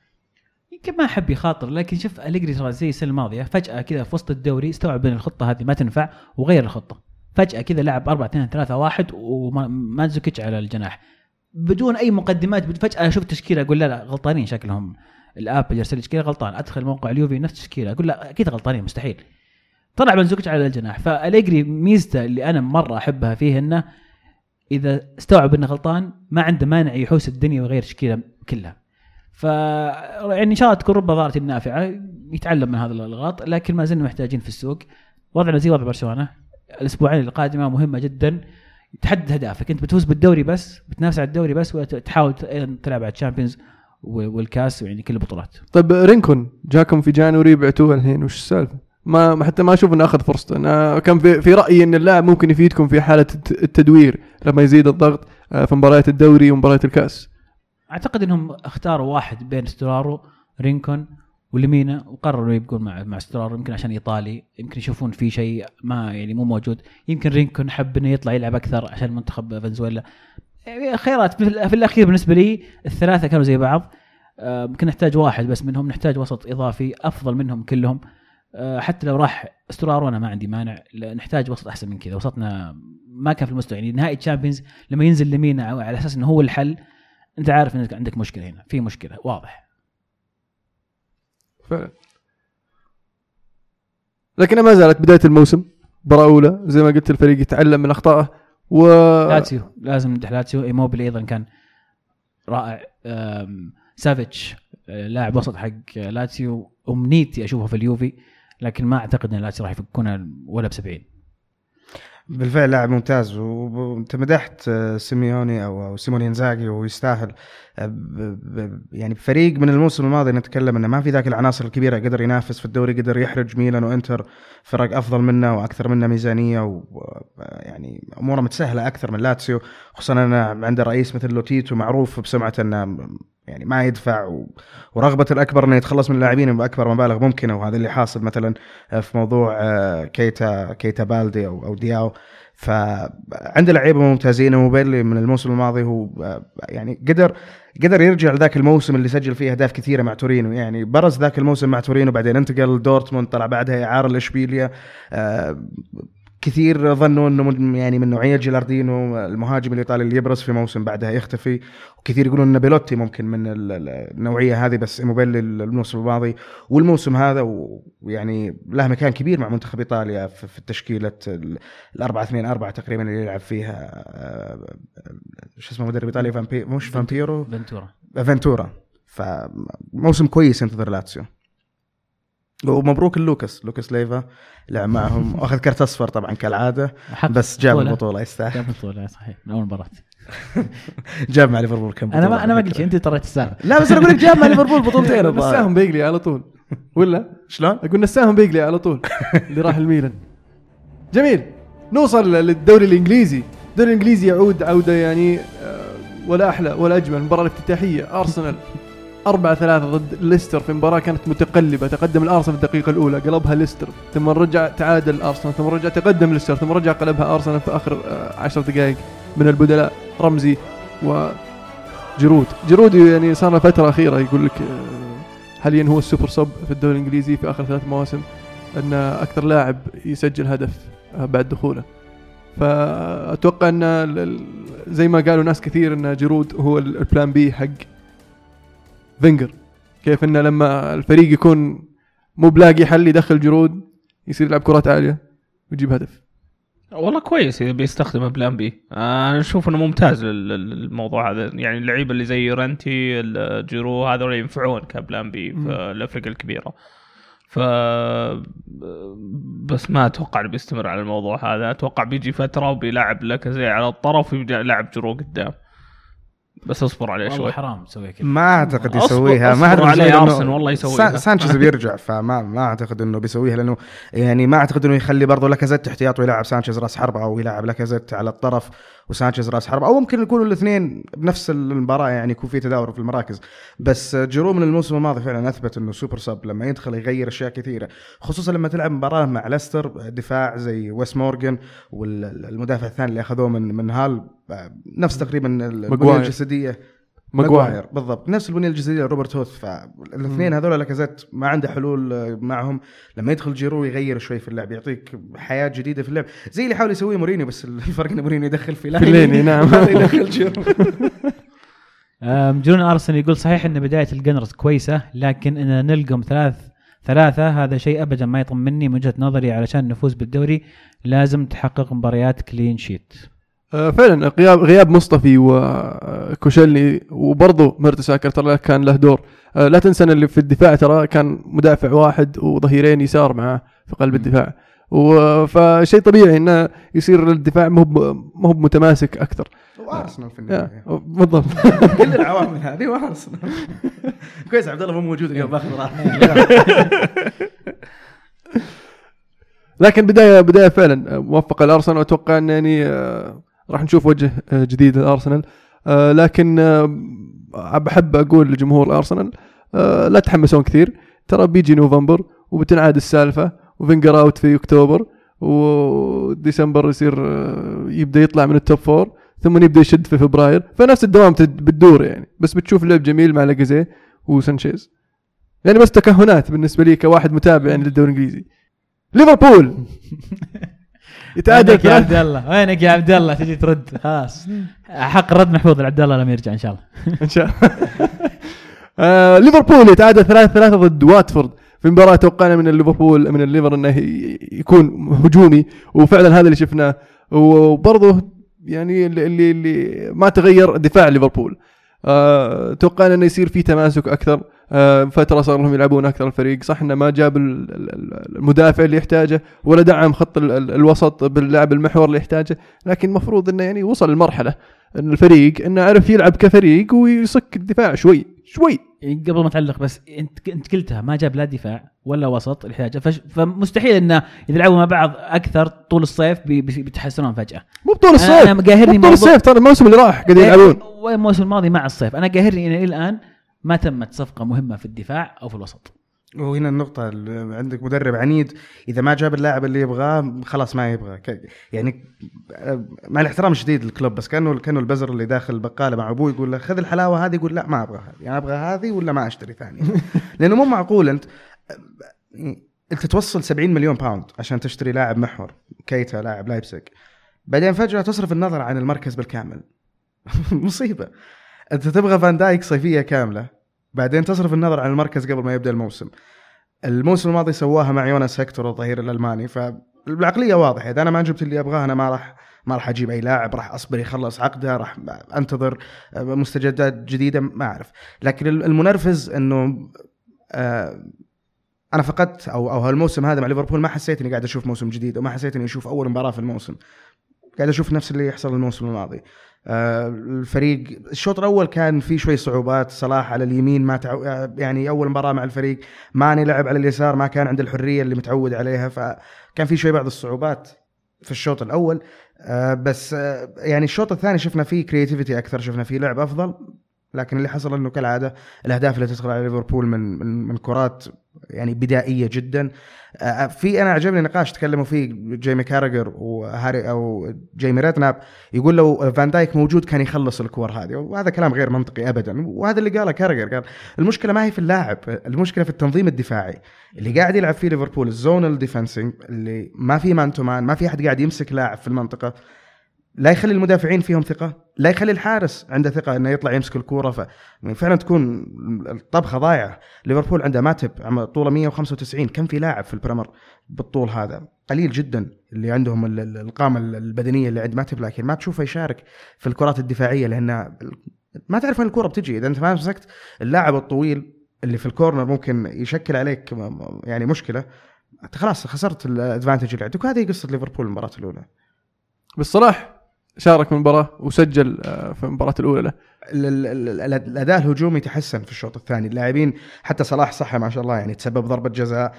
يمكن ما أحب يخاطر، لكن شوف أليجري ترى زي السنة الماضية فجأة كذا في وسط الدوري استوعب أن الخطة هذه ما تنفع وغير الخطة. فجأة كذا لعب أربعة اثنين ثلاثة واحد ومانزوكيتش على الجناح بدون أي مقدمات. فجأة أشوف تشكيلة أقول لا لا غلطانين، شكلهم الآب يرسل تشكيلة غلطان. أدخل موقع اليوفي نفس تشكيلة أقول لا أكيد غلطانين مستحيل. طلع مانزوكيتش على الجناح. فأليجري ميزته اللي أنا مرة أحبها فيه إنه إذا استوعب إنه غلطان ما عنده مانع يحوس الدنيا ويغير تشكيلة كلها. ف يعني ان شاء الله تكون رب ضارة نافعه، يتعلم من هذا الغلط. لكن ما زلنا محتاجين في السوق. وضعنا زي وضع برشلونه الاسبوعين القادمه مهمه جدا، تحدد هدفك. انت بتفوز بالدوري بس، بتنافس على الدوري بس، وتحاول تلعب على الشامبيونز والكاس يعني كل البطولات. طيب رينكون جاكم في جانوري بعتوه الحين، وش السالفه؟ ما حتى ما اشوف انه اخذ فرصته. انا كان في, في رايي ان اللاعب ممكن يفيدكم في حاله التدوير لما يزيد الضغط في مباريات الدوري ومباريات الكاس. اعتقد انهم اختاروا واحد بين سترارو رينكون ولمينا وقرروا يبقون مع مع سترارو، يمكن عشان ايطالي، يمكن يشوفون فيه شيء ما يعني مو موجود. يمكن رينكون حب انه يطلع يلعب اكثر عشان منتخب فنزويلا. خيارات في الاخير بالنسبه لي الثلاثه كانوا زي بعض. ممكن نحتاج واحد بس منهم، نحتاج وسط اضافي افضل منهم كلهم. حتى لو راح سترارو انا ما عندي مانع، نحتاج وسط احسن من كذا. وسطنا ما كان في المستوى، يعني نهائي تشامبيونز لما ينزل لمينا على اساس انه هو الحل، انت عارف انك عندك مشكله هنا، في مشكله واضح فعلا. لكن ما زالت بدايه الموسم، مباراه اولى زي ما قلت الفريق يتعلم من اخطائه. و لاتسيو لازم نمدح لاتسيو. ايموبيلي ايضا كان رائع. سافيتش لاعب وسط حق لاتسيو امنيتي اشوفه في اليوفي، لكن ما اعتقد ان لاتسيو راح يفكونه ولا بسبعين. بالفعل لاعب ممتاز، وانت مدحت سيميوني او سيموني انزاغي ويستاهل. يعني فريق من الموسم الماضي نتكلم انه ما في ذاك العناصر الكبيره، قدر ينافس في الدوري، قدر يحرج ميلان وانتر فرق افضل منه واكثر منه ميزانيه، ويعني اموره متسهله اكثر من لاتسيو، خصوصا انه عنده رئيس مثل لوتيتو معروف بسمعه انه يعني ما يدفع و... ورغبة الأكبر إنه يتخلص من اللاعبين بأكبر مبالغ ممكنة، وهذا اللي حاصل مثلا في موضوع كيتا كيتا بالدي أو أو دياو. فعند لعيبة ممتازين. وموبيلي من الموسم الماضي هو يعني قدر قدر يرجع لذاك الموسم اللي سجل فيه أهداف كثيرة مع تورينو، يعني برز ذاك الموسم مع تورينو، بعدين انتقل لدورتموند، طلع بعدها إعارة لإشبيليا. كثير ظنوا انه من يعني من نوعيه جيلاردينو المهاجم الايطالي اللي يبرز في موسم بعدها يختفي، وكثير يقولون ان بيلوتي ممكن من النوعيه هذه، بس موبيلي الموسم الماضي والموسم هذا ويعني له مكان كبير مع منتخب ايطاليا في التشكيله الأربعة اثنين أربعة تقريبا اللي يلعب فيها شو اسمه مدرب ايطالي فامبي مش فامبيرو فنتورا فنتورا. فموسم كويس ينتظر لاتسيو. ومبروك لوكاس لوكاس ليفا لعب معهم واخذ كرت اصفر طبعا كالعاده، بس جاب البطوله يستاهل. جاب البطوله صحيح من اول مباراه. جاب مع ليفربول كم بطوله. انا ما انا ما قلت انت ترى تستاهل. لا بس انا اقول لك جاب مع ليفربول بطولتين. نساهم بيجلي على طول ولا شلون؟ اقول نساهم بيجلي على طول اللي راح الميلان. جميل. نوصل للدوري الانجليزي. الدوري الانجليزي يعود عوده يعني ولا احلى ولا اجمل. المباراه الافتتاحيه ارسنال أربعة ثلاثة ضد ليستر في مباراة كانت متقلبة. تقدم الأرسنال في الدقيقة الأولى قلبها ليستر، ثم رجع تعادل الأرسنال، ثم رجع تقدم ليستر، ثم رجع قلبها أرسنال في آخر عشر دقائق من البدلاء رمزي وجيرود. جيرود يعني صار فترة أخيرة يقول لك حاليا هو السوبر صب في الدوري الإنجليزي في آخر ثلاث مواسم، أن أكثر لاعب يسجل هدف بعد دخوله. فأتوقع أن زي ما قالوا ناس كثير أن جيرود هو البلان بي حق فينجر، كيف انه لما الفريق يكون مو بلاقي حل يدخل جرود يصير يلعب كرات عاليه ويجيب هدف. والله كويس اذا بيستخدم بلان بي. انا اشوف انه ممتاز الموضوع هذا، يعني اللعيبه اللي زي رانتي الجيرو هذول ينفعون كبلان بي في الافريقيا الكبيره. ف بس ما اتوقع بيستمر على الموضوع هذا. اتوقع بيجي فتره وبيلعب لك زي على الطرف ويلعب جرو قدام، بس اصبر عليه شوي. حرام تسوي كذا. ما اعتقد يسويها. ما اعتقد عليه ارسنال والله يسويها. سانشيز بيرجع فما ما اعتقد انه بيسويها، لانه يعني ما اعتقد انه يخلي برضه لاكازيت احتياط ويلعب سانشيز راس حربة او يلعب لاكازيت على الطرف وسانشيز راس حربة، او ممكن يكونوا الاثنين بنفس المباراه يعني يكون في تداور في المراكز. بس جيرو من الموسم الماضي فعلا اثبت انه سوبر سب لما يدخل يغير اشياء كثيره، خصوصا لما تلعب مباراه مع ليستر دفاع زي ويس مورغان والمدافع الثاني اللي اخذوه من من هال نفس تقريبا البنيه الجسديه ماغواير بالضبط نفس البنيه الجسديه روبرت هوث. فالاثنين هذول لاكازيت ما عنده حلول معهم. لما يدخل جيرو يغير شوي في اللعب، يعطيك حياه جديده في اللعب زي اللي حاول يسويه مورينيو، بس الفرق ان مورينيو يدخل في ليني نعم يدخل جيرو. جون ارسنال يقول صحيح ان بدايه الجنرز كويسه، لكن ان نلقم ثلاث ثلاثه هذا شيء ابدا ما يطمني. من وجهه نظري علشان نفوز بالدوري لازم تحقق مباريات كلين شيت. فعلا غياب غياب مصطفي وكوشلني وبرضه مرتساكر ترى كان له دور. لا تنسى اللي في الدفاع ترى كان مدافع واحد وظهيرين يسار معه في قلب الدفاع، فشيء طبيعي انه يصير الدفاع مو مو متماسك اكثر. وارسنال في النهايه بالضبط كل العوامل هذه وارسنال. كويس عبد الله مو موجود اليوم باخذ راحه. لكن بدايه بدايه فعلا موفقه الارسنال، واتوقع ان يعني راح نشوف وجه جديد للارسنال. لكن بحب اقول لجمهور الارسنال لا تحمسون كثير، ترى بيجي نوفمبر وبتنعاد السالفه وفينجر اوت في اكتوبر وديسمبر يصير يبدا يطلع من التوب فور، ثم يبدا يشد في فبراير، فنفس الدوام بتدور يعني. بس بتشوف لعب جميل مع لاكازيت وسانشيز يعني، بس تكهنات بالنسبه لي كواحد متابع يعني للدوري الانجليزي. ليفربول يتعادل يا عبد الله. وينك يا عبد الله؟ تجي ترد خلاص، حق رد محفوظ لعبد الله لما يرجع ان شاء الله. ان شاء الله. آه ليفربول يتعادل ثلاثة ثلاثة ضد واتفورد في مباراة توقعنا من الليفربول من الليفر انه يكون هجومي، وفعلا هذا اللي شفناه. وبرضه يعني اللي اللي ما تغير دفاع ليفربول. آه توقعنا انه يصير فيه تماسك اكثر. آه فترة صار لهم يلعبون أكثر الفريق، صح إنه ما جاب المدافع اللي يحتاجه ولا دعم خط الوسط باللعب المحور اللي يحتاجه، لكن المفروض إنه يعني وصل للمرحلة إن الفريق إنه عرف يلعب كفريق ويصك الدفاع شوي شوي. قبل ما تعلق بس أنت أنت قلتها ما جاب لا دفاع ولا وسط اللي يحتاجه، فمستحيل إنه إذا لعبوا مع بعض أكثر طول الصيف بيتحسنون فجأة. مو طول الصيف، أنا مقاهرني طول الصيف ترى الموسم اللي راح قاعدين يلعبون. والموسم الماضي مع الصيف انا قاهرني الى الان ما تمت صفقه مهمه في الدفاع او في الوسط. وهنا النقطة اللي عندك مدرب عنيد إذا ما جاب اللاعب اللي يبغاه خلاص ما يبغى يعني مع الاحترام الشديد للكلوب بس كأنه كأنه البزر اللي داخل البقالة مع أبوه يقول له خذ الحلاوة هذه يقول لا ما أبغى هذه يعني أبغى هذه ولا ما أشتري ثاني لأنه مو معقول أنت أنت توصل سبعين مليون باوند عشان تشتري لاعب محور كيتا لاعب لايبزيغ بعدين فجأة تصرف النظر عن المركز بالكامل مصيبة. أنت تبغى فان دايك صيفية كاملة بعدين تصرف النظر عن المركز قبل ما يبدأ الموسم. الموسم الماضي سواها مع يوناس هيكتور الظهير الألماني فالعقلية واضحة إذا أنا ما جبت اللي أبغاه أنا ما راح ما راح أجيب أي لاعب راح أصبر يخلص عقده راح أنتظر مستجدات جديدة ما أعرف. لكن المنرفز إنه آه أنا فقدت أو أو هالموسم هذا مع ليفربول ما حسيت إني قاعد أشوف موسم جديد وما حسيت إني أشوف أول مباراة في الموسم قاعد أشوف نفس اللي يحصل الموسم الماضي. آه الفريق الشوط الأول كان فيه شوي صعوبات صلاح على اليمين ما تعو... يعني أول مباراة مع الفريق ماني لعب على اليسار ما كان عند الحرية اللي متعود عليها فكان فيه شوي بعض الصعوبات في الشوط الأول. آه بس آه يعني الشوط الثاني شفنا فيه كرياتيفيتي أكثر شفنا فيه لعب أفضل لكن اللي حصل إنه كالعادة الأهداف اللي تدخل على ليفربول من من, من كرات يعني بدائية جدا. آه في أنا عجبني نقاش تكلموا فيه جيمي كاراجر وهاري أو جيمي ريدناب يقول لو فان دايك موجود كان يخلص الكور هذه وهذا كلام غير منطقي أبدا وهذا اللي قاله كاراجر قال المشكلة ما هي في اللاعب المشكلة في التنظيم الدفاعي اللي قاعد يلعب فيه ليفربول الزونال ديفنسينج اللي ما في مان تو مان ما في أحد قاعد يمسك لاعب في المنطقة لا يخلي المدافعين فيهم ثقة لا يخلي الحارس عنده ثقة إنه يطلع يمسك الكورة ففعلا تكون الطبخة ضايعة. ليفربول عنده ماتب طوله مية وخمسة وتسعين كم في لاعب في البريمير بالطول هذا قليل جدا اللي عندهم القامة البدنية اللي عند ماتب لكن ما تشوفه يشارك في الكرات الدفاعية لأن ما تعرف وين الكرة بتجي إذا أنت ما مسكت اللاعب الطويل اللي في الكورنر ممكن يشكل عليك يعني مشكلة أنت خلاص خسرت الادفانتج اللي عندك. وهذه قصة ليفربول المباراة الأولى. بالصلاح شارك من المباراة وسجل في المباراة الأولى له. الأداء الهجومي تحسن في الشوط الثاني اللاعبين حتى صلاح صح ما شاء الله يعني تسبب ضربة جزاء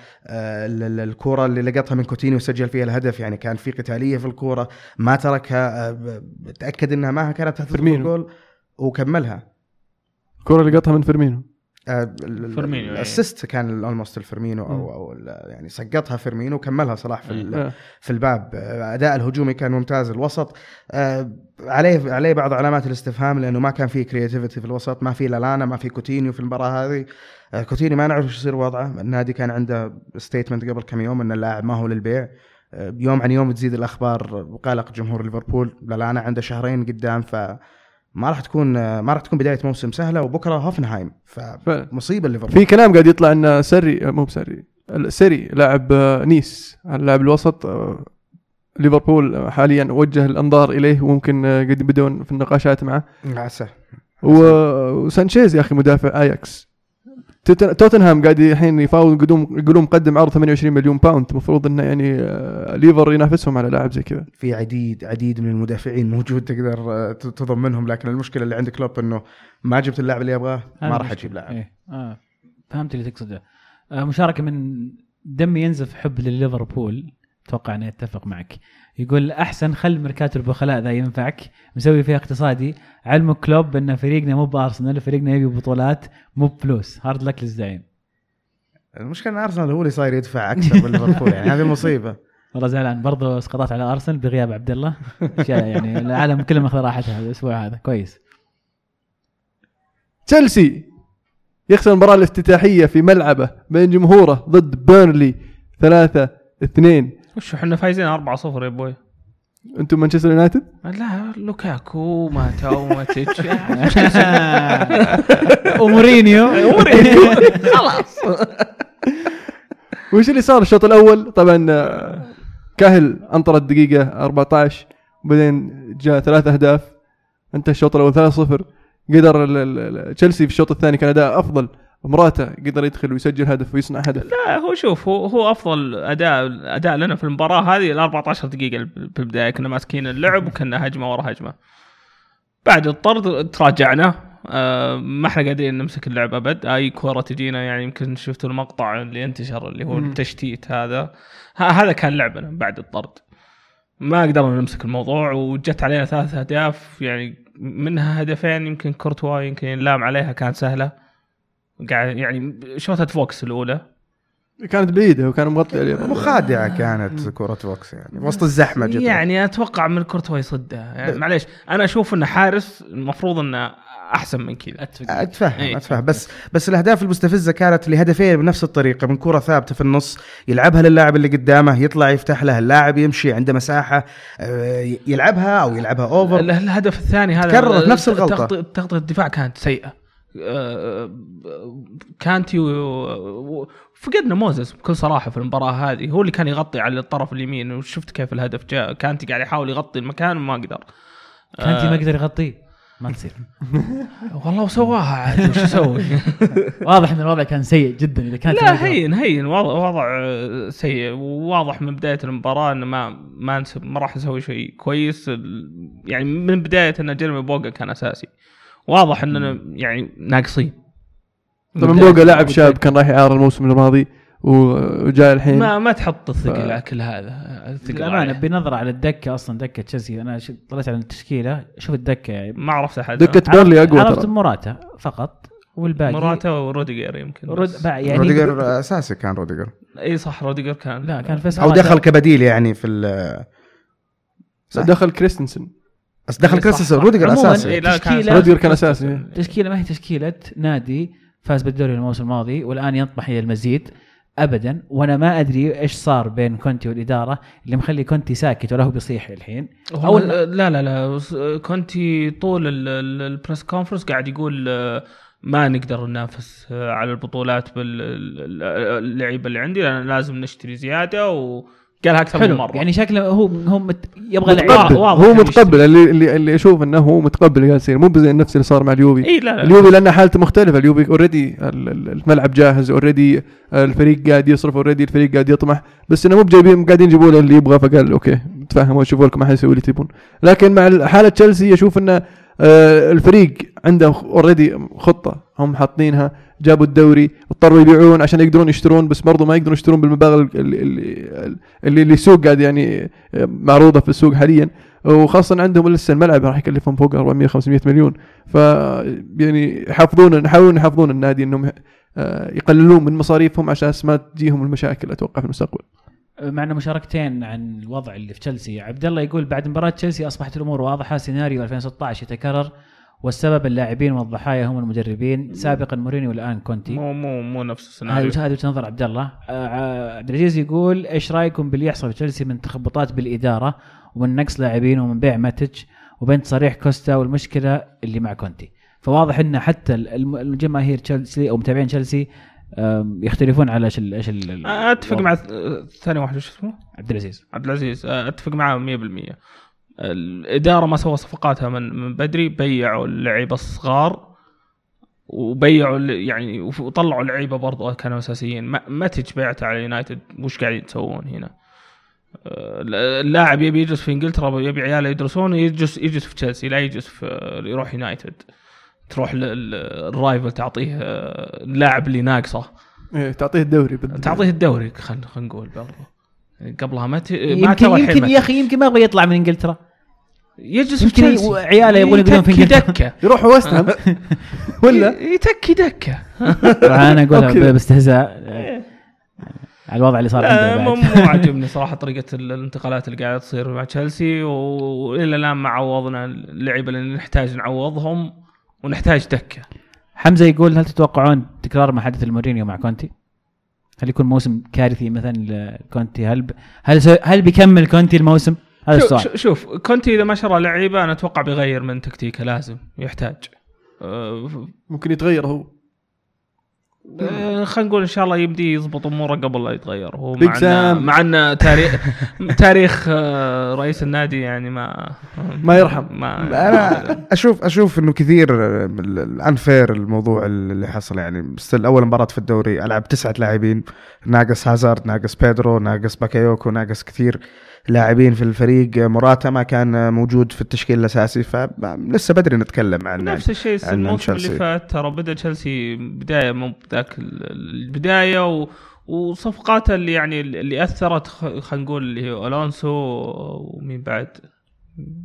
الكرة اللي لقطها من كوتينيو وسجل فيها الهدف يعني كان في قتالية في الكرة ما تركها تأكد إنها ما كانت تحتفظ بالجول وكملها. الكرة اللي لقطها من فيرمينو فيرمينو الاسيست كان اولموست الفيرمينو او او يعني سقطها فيرمينو وكملها صلاح في في الباب. اداء الهجومي كان ممتاز. الوسط عليه عليه بعض علامات الاستفهام لانه ما كان فيه كرياتيفيتي في الوسط ما في لالانا ما في كوتينيو في المباراه هذه. كوتينيو ما نعرف ايش يصير وضعه. النادي كان عنده ستيتمنت قبل كم يوم ان اللاعب ما هو للبيع. يوم عن يوم تزيد الاخبار وقلق جمهور ليفربول. لالانا عنده شهرين قدام ف ما راح تكون ما راح تكون بدايه موسم سهله وبكره هوفنهايم فمصيبه ليفربول. في كلام قاعد يطلع ان سري مو بسري سري لاعب نيس اللاعب الوسط ليفربول حاليا وجه الانظار اليه وممكن قد بدون في النقاشات معه عسى. وسانشيز يا اخي مدافع اياكس توتنهام قاعد الحين يفاوض قدوم يقولون مقدم عرض ثمانية وعشرين مليون باوند. المفروض انه يعني ليفر ينافسهم على لاعب زي كذا. في عديد عديد من المدافعين موجود تقدر تضمنهم لكن المشكله اللي عند كلوب انه ما جبت اللاعب اللي يبغاه ما راح اجيب لاعب. ايه اه فهمت اللي تقصده. آه مشاركه من دمي ينزف حب لليفربول اتوقع اني اتفق معك. يقول احسن خل ميركاتو البخلاء ذا ينفعك مسوي فيها اقتصادي. علم كلوب ان فريقنا مو بارسنال فريقنا يبي بطولات مو بفلوس. هارد لك للزعيم. المشكله ان ارسنال هو اللي صاير يدفع اكثر من ليفربول يعني هذه مصيبه. والله زعلان برضو اسقطت على ارسنال بغياب عبد الله يعني العالم كله ماخذ راحتها الاسبوع هذا كويس. تشيلسي يخسر المباراه الافتتاحيه في ملعبه بين جمهوره ضد بيرنلي ثلاثة اثنين. وش احنا فايزين أربعة صفر يا ابوي. انتم مانشستر يونايتد؟ لا لوكاكو ماتا وماتيتش ومورينيو خلاص. وش اللي صار الشوط الاول؟ طبعا كاهل انطر الدقيقه أربعة عشر وبعدين جاء ثلاث اهداف. انت الشوط الاول ثلاثة صفر. قدر تشيلسي في الشوط الثاني كان اداء افضل. مراته قدر يدخل ويسجل هدف ويصنع هدف. لا هو شوف هو هو افضل اداء اداء لنا في المباراه هذه ال أربعة عشر دقيقه في البدايه كنا ماسكين اللعب وكنا هجمه ورا هجمه. بعد الطرد تراجعنا آه ما احنا قادرين نمسك اللعب ابد. اي كره تجينا يعني يمكن شفتوا المقطع اللي انتشر اللي هو التشتيت هذا هذا كان لعبنا. بعد الطرد ما قدرنا نمسك الموضوع وجت علينا ثلاث اهداف يعني منها هدفين يمكن كورتوا يمكن ينلام عليها كانت سهله قاعد يعني شوطة فوكس الاولى كانت بعيده وكان مغطي عليها مخادعه كانت كره فوكس يعني وسط الزحمه جدا يعني اتوقع من كورتوا يصدها يعني معليش انا اشوف انه حارس المفروض انه احسن من كذا. اتفهم ايه اتفهم بس بس الاهداف المستفزه كانت لهدفين بنفس الطريقه من كره ثابته في النص يلعبها للاعب اللي قدامه يطلع يفتح له اللاعب يمشي عنده مساحه يلعبها او يلعبها اوفر. الهدف الثاني هذا كررت نفس الغلطه تغطيه الدفاع كانت سيئه كانتي فقدنا موزس بكل صراحه في المباراه هذه هو اللي كان يغطي على الطرف اليمين وشفت كيف الهدف جاء كانتي قاعد يحاول يغطي المكان وما قدر كانتي ما قدر يغطيه ما تصير والله وسواها عاد وش يسوي واضح ان الوضع كان سيء جدا اذا كانت لا هين هين وضع, وضع سيء وواضح من بدايه المباراه انه ما ما ما راح يسوي شيء كويس يعني من بدايه ان جيرمي بوغا كان اساسي واضح اننا يعني ناقصين. طبعا بوغا لاعب شاب كان راح يعار الموسم الماضي وجاء الحين ما ما تحط الثقل على كل هذا الامانه بنظره على الدكه اصلا دكه تشيلسي انا طلعت على التشكيله شوف الدكه يعني ما عرفت احد دكه بيرلي اقوى عرفت موراتا فقط والباقي موراتا وروديجر يمكن رود... يعني روديجر اساسي كان روديجر اي صح روديجر كان لا كان فيصل او دخل كبديل يعني في ال دخل كريستنسن بس دخل كريستنسن روديجر اساسي روديجر كان اساسي تشكيله ما هي تشكيله نادي فاز بالدوري الموسم الماضي والان يطمح الى المزيد ابدا وانا ما ادري ايش صار بين كونتي والاداره اللي مخلي كونتي ساكت ولا هو بيصيح الحين أو لا لا لا كونتي طول البريس كونفرنس قاعد يقول ما نقدر ننافس على البطولات باللعيبه اللي عندي لان لازم نشتري زياده و قالها اكثر من مره يعني شكله هو هو مت... يبغى لعيبه هو متقبل اللي اللي, اللي اشوف انه هو متقبل قاعد يصير مو زي نفس اللي صار مع اليوبي. إيه لا لا. اليوبي لانه حالته مختلفه اليوبي اوريدي الملعب جاهز اوريدي الفريق قاعد يصرف اوريدي الفريق قاعد يطمح بس انه مو بجايبين قاعدين يجيبوا له اللي يبغى فقال اوكي تفهموا شوفوا لكم ما حيسوي اللي تبون. لكن مع حاله تشيلسي اشوف انه الفريق عنده اوريدي خطه هم حاطينها جابوا الدوري واضطروا يبيعون عشان يقدرون يشترون بس برضو ما يقدرون يشترون بالمبالغ اللي اللي اللي, اللي السوق قاعد يعني معروضه في السوق حاليا وخاصه عندهم لسه الملعب راح يكلفهم فوق أربعمية خمسمية مليون ف يعني يحافظون يحاولون يحافظون النادي انهم يقللون من مصاريفهم عشان ما تجيهم المشاكل اتوقع في المستقبل. معنا مشاركتين عن الوضع اللي في تشيلسي. عبد الله يقول بعد مباراة تشيلسي أصبحت الأمور واضحة سيناريو ألفين وستة عشر يتكرر والسبب اللاعبين والضحايا هم المدربين سابقا مورينيو والآن كونتي. مو مو مو نفس السيناريو. هذا وجهة نظر عبد الله. عبد العزيز يقول إيش رأيكم باللي يحصل في تشيلسي من تخبطات بالإدارة ومن نقص لاعبين ومن بيع ماتش وبين تصريح كوستا والمشكلة اللي مع كونتي. فواضح إن حتى الجماهير تشيلسي أو متابعين تشيلسي يختلفون على ايش ايش اتفق مع ثاني واحد وش اسمه عبد العزيز عبد العزيز اتفق معه مية بالمية. الاداره ما سوى صفقاتها من من بدري بيعوا اللعيبه الصغار وبيعوا يعني وطلعوا لعيبه برضو كانوا اساسيين ما تج بيعته على يونايتد وش قاعدين تسوون هنا. اللاعب يبي يجلس في انجلترا يبي عياله يدرسون يجلس يجلس في تشيلسي لا يجلس في يروح يونايتد تروح للرايفل تعطيه اللاعب اللي ناقصه ايه تعطيه الدوري تعطيه الدوري خلينا خلينا نقول برضه قبلها ما ت... ما يمكن, يمكن يا اخي يمكن ما يبغى يطلع من انجلترا يجلس في تشيلسي عياله يبغون يقولون في انجلترا يروح ويست هام ولا يتكي دكه. انا اقولها باستهزاء على الوضع اللي صار عنده مو عاجبني صراحه طريقه الانتقالات اللي قاعده تصير مع تشيلسي والى الان ما عوضنا اللعيبه اللي نحتاج نعوضهم ونحتاج دكه. حمزه يقول هل تتوقعون تكرار ما حدث المورينيو مع كونتي؟ هل يكون موسم كارثي مثلا لكونتي؟ هل ب... هل س... هل بيكمل كونتي الموسم؟ هذا شوف السؤال. شوف كونتي اذا ما شرى لعيبه انا اتوقع بيغير من تكتيكه لازم يحتاج أه ممكن يتغير هو أه خلينا نقول ان شاء الله يبدي يضبط اموره قبل لا يتغير هو معنا معنا تاريخ تاريخ رئيس النادي يعني ما ما يرحم. ما انا اشوف اشوف انه كثير الانفير الموضوع اللي حصل يعني بس اول مباراه في الدوري العب تسعه لاعبين ناقص هازارد ناقص بيدرو ناقص باكايوكو ناقص كثير لاعبين في الفريق. موراتا ما كان موجود في التشكيل الاساسي فلسه بدري نتكلم عن نفس الشيء الموسم اللي فات ترى بدا تشيلسي بدايه مو ذاك البدايه و وصفقاته اللي يعني اللي اثرت خلينا نقول اللي هو الونسو ومين بعد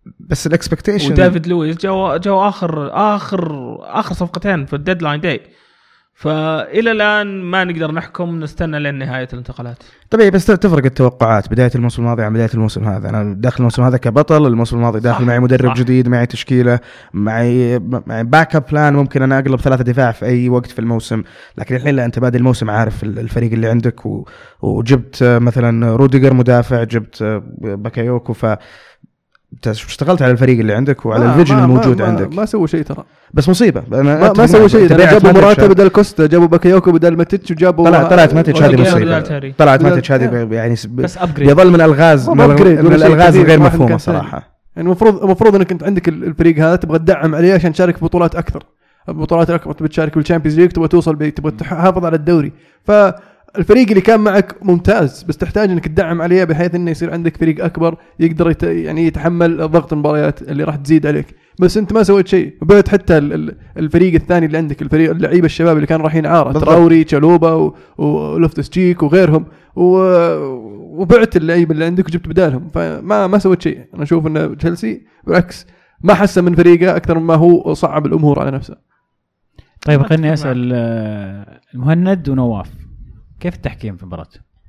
بس الاكسبكتيشن وديفيد لويس جو جو اخر اخر اخر صفقتين في الديدلاين داي، فالى الان ما نقدر نحكم، نستنى لين نهايه الانتقالات. طبيعي، بس تفرق التوقعات بدايه الموسم الماضي عن بدايه الموسم هذا. انا داخل الموسم هذا كبطل، الموسم الماضي داخل معي مدرب صح. جديد، معي تشكيله، معي معي باك اب بلان، ممكن انا اقلب ثلاثه دفاع في اي وقت في الموسم. لكن الحين لا، انت بادئ الموسم عارف الفريق اللي عندك، و... وجبت مثلا روديجر مدافع، جبت باكايوكو، ف اشتغلت على الفريق اللي عندك وعلى الفيجن الموجود ما عندك. ما سووا شيء ترى، بس مصيبه ما, ما سووا شيء. جابوا مراتا بدل كوستا، جابوا باكايوكو بدل ماتيتش، وجابوا طلعت طلعت ماتيتش هذه مصيبه، طلعت ماتيتش هذه يعني يظل من الغاز من الالغاز غير مفهومه صراحه. يعني المفروض المفروض انك انت عندك الفريق هذا تبغى تدعم عليه عشان تشارك في بطولات اكثر، بطولات اكثر، تبغى تشارك بالشامبيونز ليج، تبغى توصل بي، تبغى تحافظ على الدوري. فالفريق اللي كان معك ممتاز، بس تحتاج انك تدعم عليه بحيث انه يصير عندك فريق اكبر يقدر يت... يعني يتحمل ضغط المباريات اللي راح تزيد عليك. بس انت ما سويت شيء، بعت حتى الفريق الثاني اللي عندك، الفريق اللعيبه الشباب اللي كانوا رايحين عاره، تراوري، تشالوبا و... ولوفتس تشيك وغيرهم، و... وبعت اللعيبه اللي عندك وجبت بدالهم. فما ما سويت شيء. انا اشوف ان تشيلسي بالعكس ما حسن من فريقه اكثر مما هو صعب الامور على نفسه. طيب خليني اسال المهند ونواف، كيف التحكيم في المباراه؟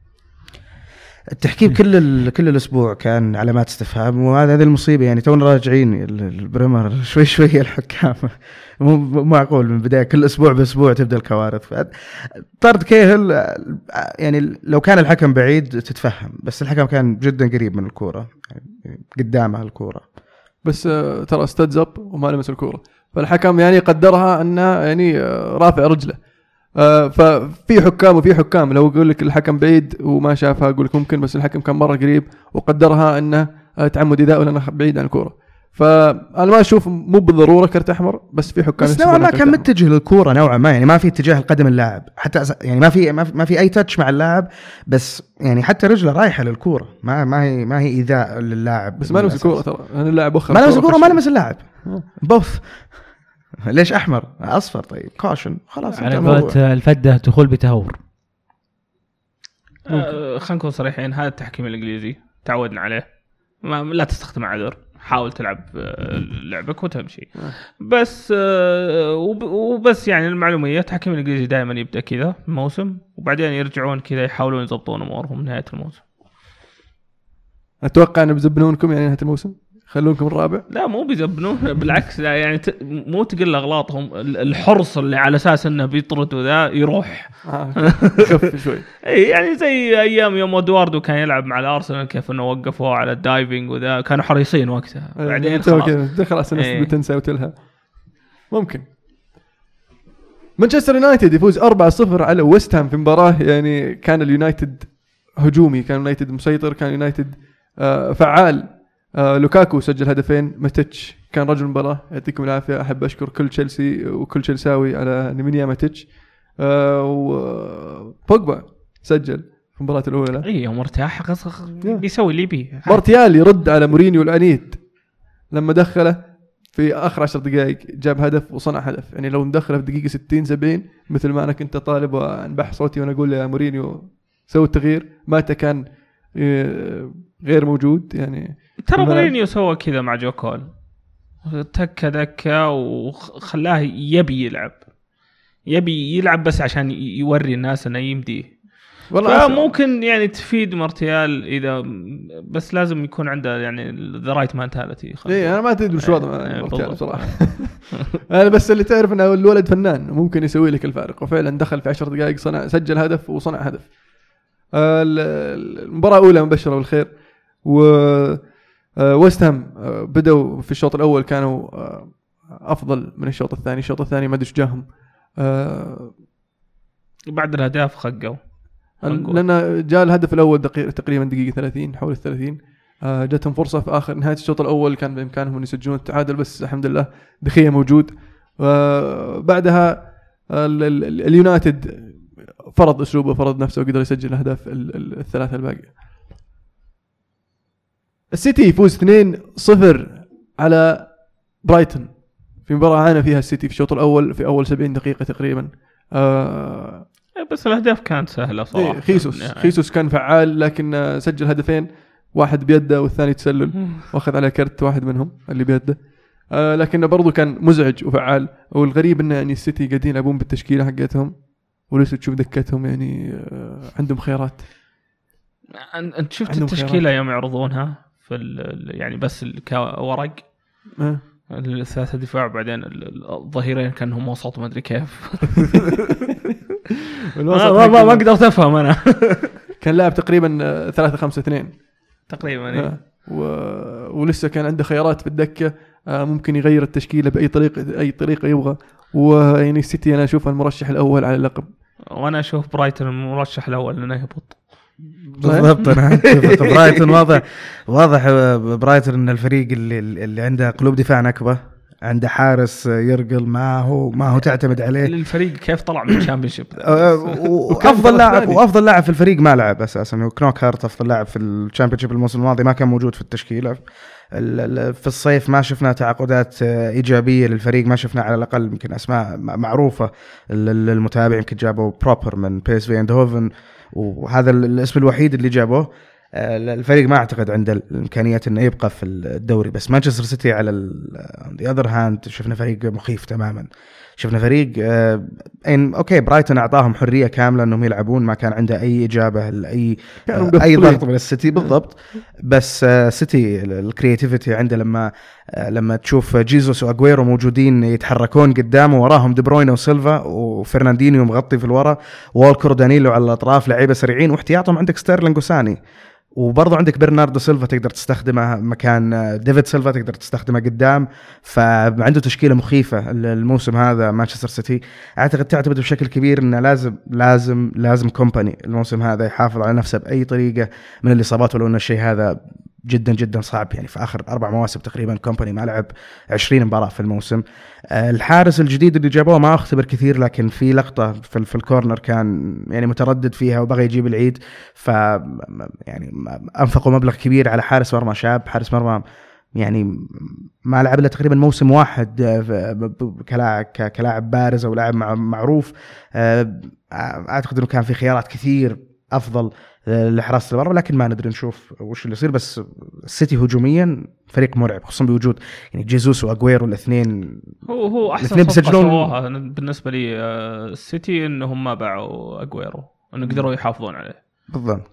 التحكيم كل ال... كل الاسبوع كان علامات استفهام، وهذا هذه المصيبه. يعني تونا راجعين البريمر شوي شوي الحكام مو معقول من بدايه كل اسبوع باسبوع تبدا الكوارث. طرد كيهل يعني لو كان الحكم بعيد تتفهم، بس الحكم كان جدا قريب من الكوره، يعني قدامها الكوره، بس ترى استدزب وما لمس الكوره، فالحكم يعني قدرها انه يعني رافع رجله. آه ففي حكام وفي حكام، لو يقول لك الحكم بعيد وما شافها اقول لك ممكن، بس الحكم كان مره قريب وقدرها انه تعمد ايذاء ولا بعيد عن الكوره. فانا ما اشوف مو بالضروره كرت احمر، بس في حكام بس نوعا ما كان متجه للكوره نوعا ما، يعني ما في اتجاه القدم اللاعب حتى، يعني ما في ما في اي تاتش مع اللاعب، بس يعني حتى رجله رايحه للكوره، ما ما هي ما هي ايذاء للاعب، بس ما لمس الكوره ترى. انا اللاعب اخر ما لمس الكوره، ما لمس اللاعب بوث. ليش احمر اصفر؟ طيب كاشن خلاص. على قولة الفده دخول بتهور. آه خلينا نكون صريحين، هذا التحكيم الانجليزي تعودنا عليه، ما لا تستخدم عذر، حاول تلعب لعبك وتمشي. بس آه وبس يعني المعلوميه، التحكيم الانجليزي دائما يبدا كذا الموسم، وبعدين يرجعون كذا يحاولون يضبطون امورهم نهايه الموسم. اتوقع ان بيزبنونكم يعني نهايه الموسم، خلونكم الرابع. لا مو بيزبنون بالعكس، لا يعني ت... مو تقل اغلاطهم، الحرص اللي على اساس انه بيطردوا ذا يروح خف شوي. اي يعني زي ايام يوم ادواردو كان يلعب مع الارسنال، كيف انه وقفوا على الدايفنج وذا، كانوا حريصين وقتها. بعدين خلاص خلاص بتنسى وتلها. ممكن مانشستر يونايتد يفوز أربعة صفر على ويست هام في مباراه، يعني كان اليونايتد هجومي، كان اليونايتد مسيطر، كان اليونايتد آه فعال. آه لوكاكو سجل هدفين، ماتيتش كان رجل المباراة، يعطيكم العافية. أحب أشكر كل تشيلسي وكل تشيلساوي على نيمينيا ماتيتش. آه وبوجبا سجل في المباراة الأولى. إيه مرتاح بيسوي اللي بيه. مارتيال يرد على مورينيو العنيد لما دخله في آخر عشر دقائق، جاب هدف وصنع هدف. يعني لو مدخله في دقيقة ستين سبعين مثل ما أنا كنت طالب وانبح صوتي وأنا أقول يا مورينيو سوي التغيير، ماتا كان غير موجود. يعني ترى مورينيو سوى كذا مع جو كول، تكة دكة وخلاه يبي يلعب يبي يلعب بس عشان يوري الناس انه يمديه. والله ممكن يعني تفيد مارتيال اذا، بس لازم يكون عنده يعني ذا رايت مانتاليتي. ايه انا ما تدري شو وضع مارتيال بصراحه. انا بس اللي تعرف انه الولد فنان ممكن يسوي لك الفارق، وفعلا دخل في عشر دقائق صنع سجل هدف وصنع هدف. المباراه الاولى مبشره بالخير. و ويست هام بدأوا في الشوط الأول كانوا أفضل من الشوط الثاني. الشوط الثاني ما أدري جاهم بعد الهدف خقوا، لأن جاء الهدف الأول دقيقة تقريبا دقيقة ثلاثين حول الثلاثين. جاتهم فرصة في آخر نهاية الشوط الأول كان بإمكانهم أن يسجلون التعادل، بس الحمد لله دخية موجود. بعدها اليونايتد فرض أسلوبه، فرض نفسه وقدر يسجل الأهداف الثلاثة الباقية. السيتي يفوز اثنين صفر على برايتون في مباراة عانى فيها السيتي في الشوط الأول في أول سبعين دقيقة تقريبا. آه بس الأهداف كانت سهلة صراحة. خيسوس خيسوس كان فعال، لكن سجل هدفين واحد بيده والثاني تسلل واخذ عليه كرت واحد منهم اللي بيده. آه لكنه برضو كان مزعج وفعال. والغريب انه يعني السيتي قاعدين يلعبون بالتشكيله حقتهم ولسه تشوف دكتهم يعني آه عندهم خيارات. انت شفت التشكيله يوم يعرضونها في يعني بس كورق آه. الثلاثه دفاع بعدين الظهيرين كانهم وسط ما ادري كيف. ما ما اقدر افهم انا. كان لاعب تقريبا ثلاثة خمسة اثنين تقريبا. آه. و... ولسه كان عنده خيارات في الدكه. آه ممكن يغير التشكيله باي طريقه اي طريقه يبغى. ويعني السيتي انا اشوفه المرشح الاول على اللقب. وانا اشوف برايتون المرشح الاول انه يهبط. بالضبط. انا برايتون واضح واضح برايتون ان الفريق اللي اللي عنده قلوب دفاع نكبه، عنده حارس يرقل ما هو ما هو تعتمد عليه. الفريق كيف طلع من الشامبيونشيب؟ وافضل لاعب وافضل لاعب في الفريق ما لعب اساسا. وكنوك هارت افضل لاعب في الشامبيونشيب الموسم الماضي ما كان موجود في التشكيله. في الصيف ما شفنا تعاقدات إيجابية للفريق، ما شفنا على الأقل يمكن أسماء معروفة للمتابع. يمكن جابوا بروبر من بيس في اندهوفن وهذا الاسم الوحيد اللي جابوه. الفريق ما أعتقد عنده الإمكانيات إنه يبقى في الدوري. بس مانشستر سيتي على the other hand شفنا فريق مخيف تماما. شفنا فريق آه إن أوكي برايتون أعطاهم حرية كاملة إنهم يلعبون، ما كان عنده أي إجابة لأي آه أي ضغط من السيتي بالضبط. بس آه سيتي الكرياتيفيتي عنده لما آه لما تشوف جيزوس وأغويرو موجودين يتحركون قدامه، وراهم دي بروين وسيلفا وفرناندينيو مغطي في الورا، والكر دانيلو على الأطراف، لعيبة سريعين، واحتياطهم عندك ستيرلينغ وساني. وبرضه عندك برناردو سيلفا تقدر تستخدمه مكان ديفيد سيلفا، تقدر تستخدمه قدام. فعنده تشكيلة مخيفة الموسم هذا مانشستر سيتي. أعتقد تعتمد بشكل كبير إنه لازم لازم لازم كومباني الموسم هذا يحافظ على نفسه بأي طريقة من الإصابات، ولو أن الشيء هذا جدا جدا صعب. يعني في آخر أربع مواسم تقريبا كومباني ما لعب عشرين مباراة في الموسم. الحارس الجديد اللي جابوه ما اختبر كثير، لكن في لقطة في, في الكورنر كان يعني متردد فيها وبغى يجيب العيد. ف يعني أنفقوا مبلغ كبير على حارس مرمى شاب، حارس مرمى يعني ما لعب له تقريبا موسم واحد كلاعب كلاعب بارز أو لاعب معروف. أعتقد إنه كان في خيارات كثير أفضل لحراسة المرمى، لكن ما ندري نشوف وش اللي يصير. بس السيتي هجوميا فريق مرعب، خصوصا بوجود يعني جيزوس واغويرو الاثنين. هو هو احسن صفقه سووها بالنسبه لي السيتي انهم ما باعوا اغويرو، انه قدروا يحافظون عليه. بالضبط.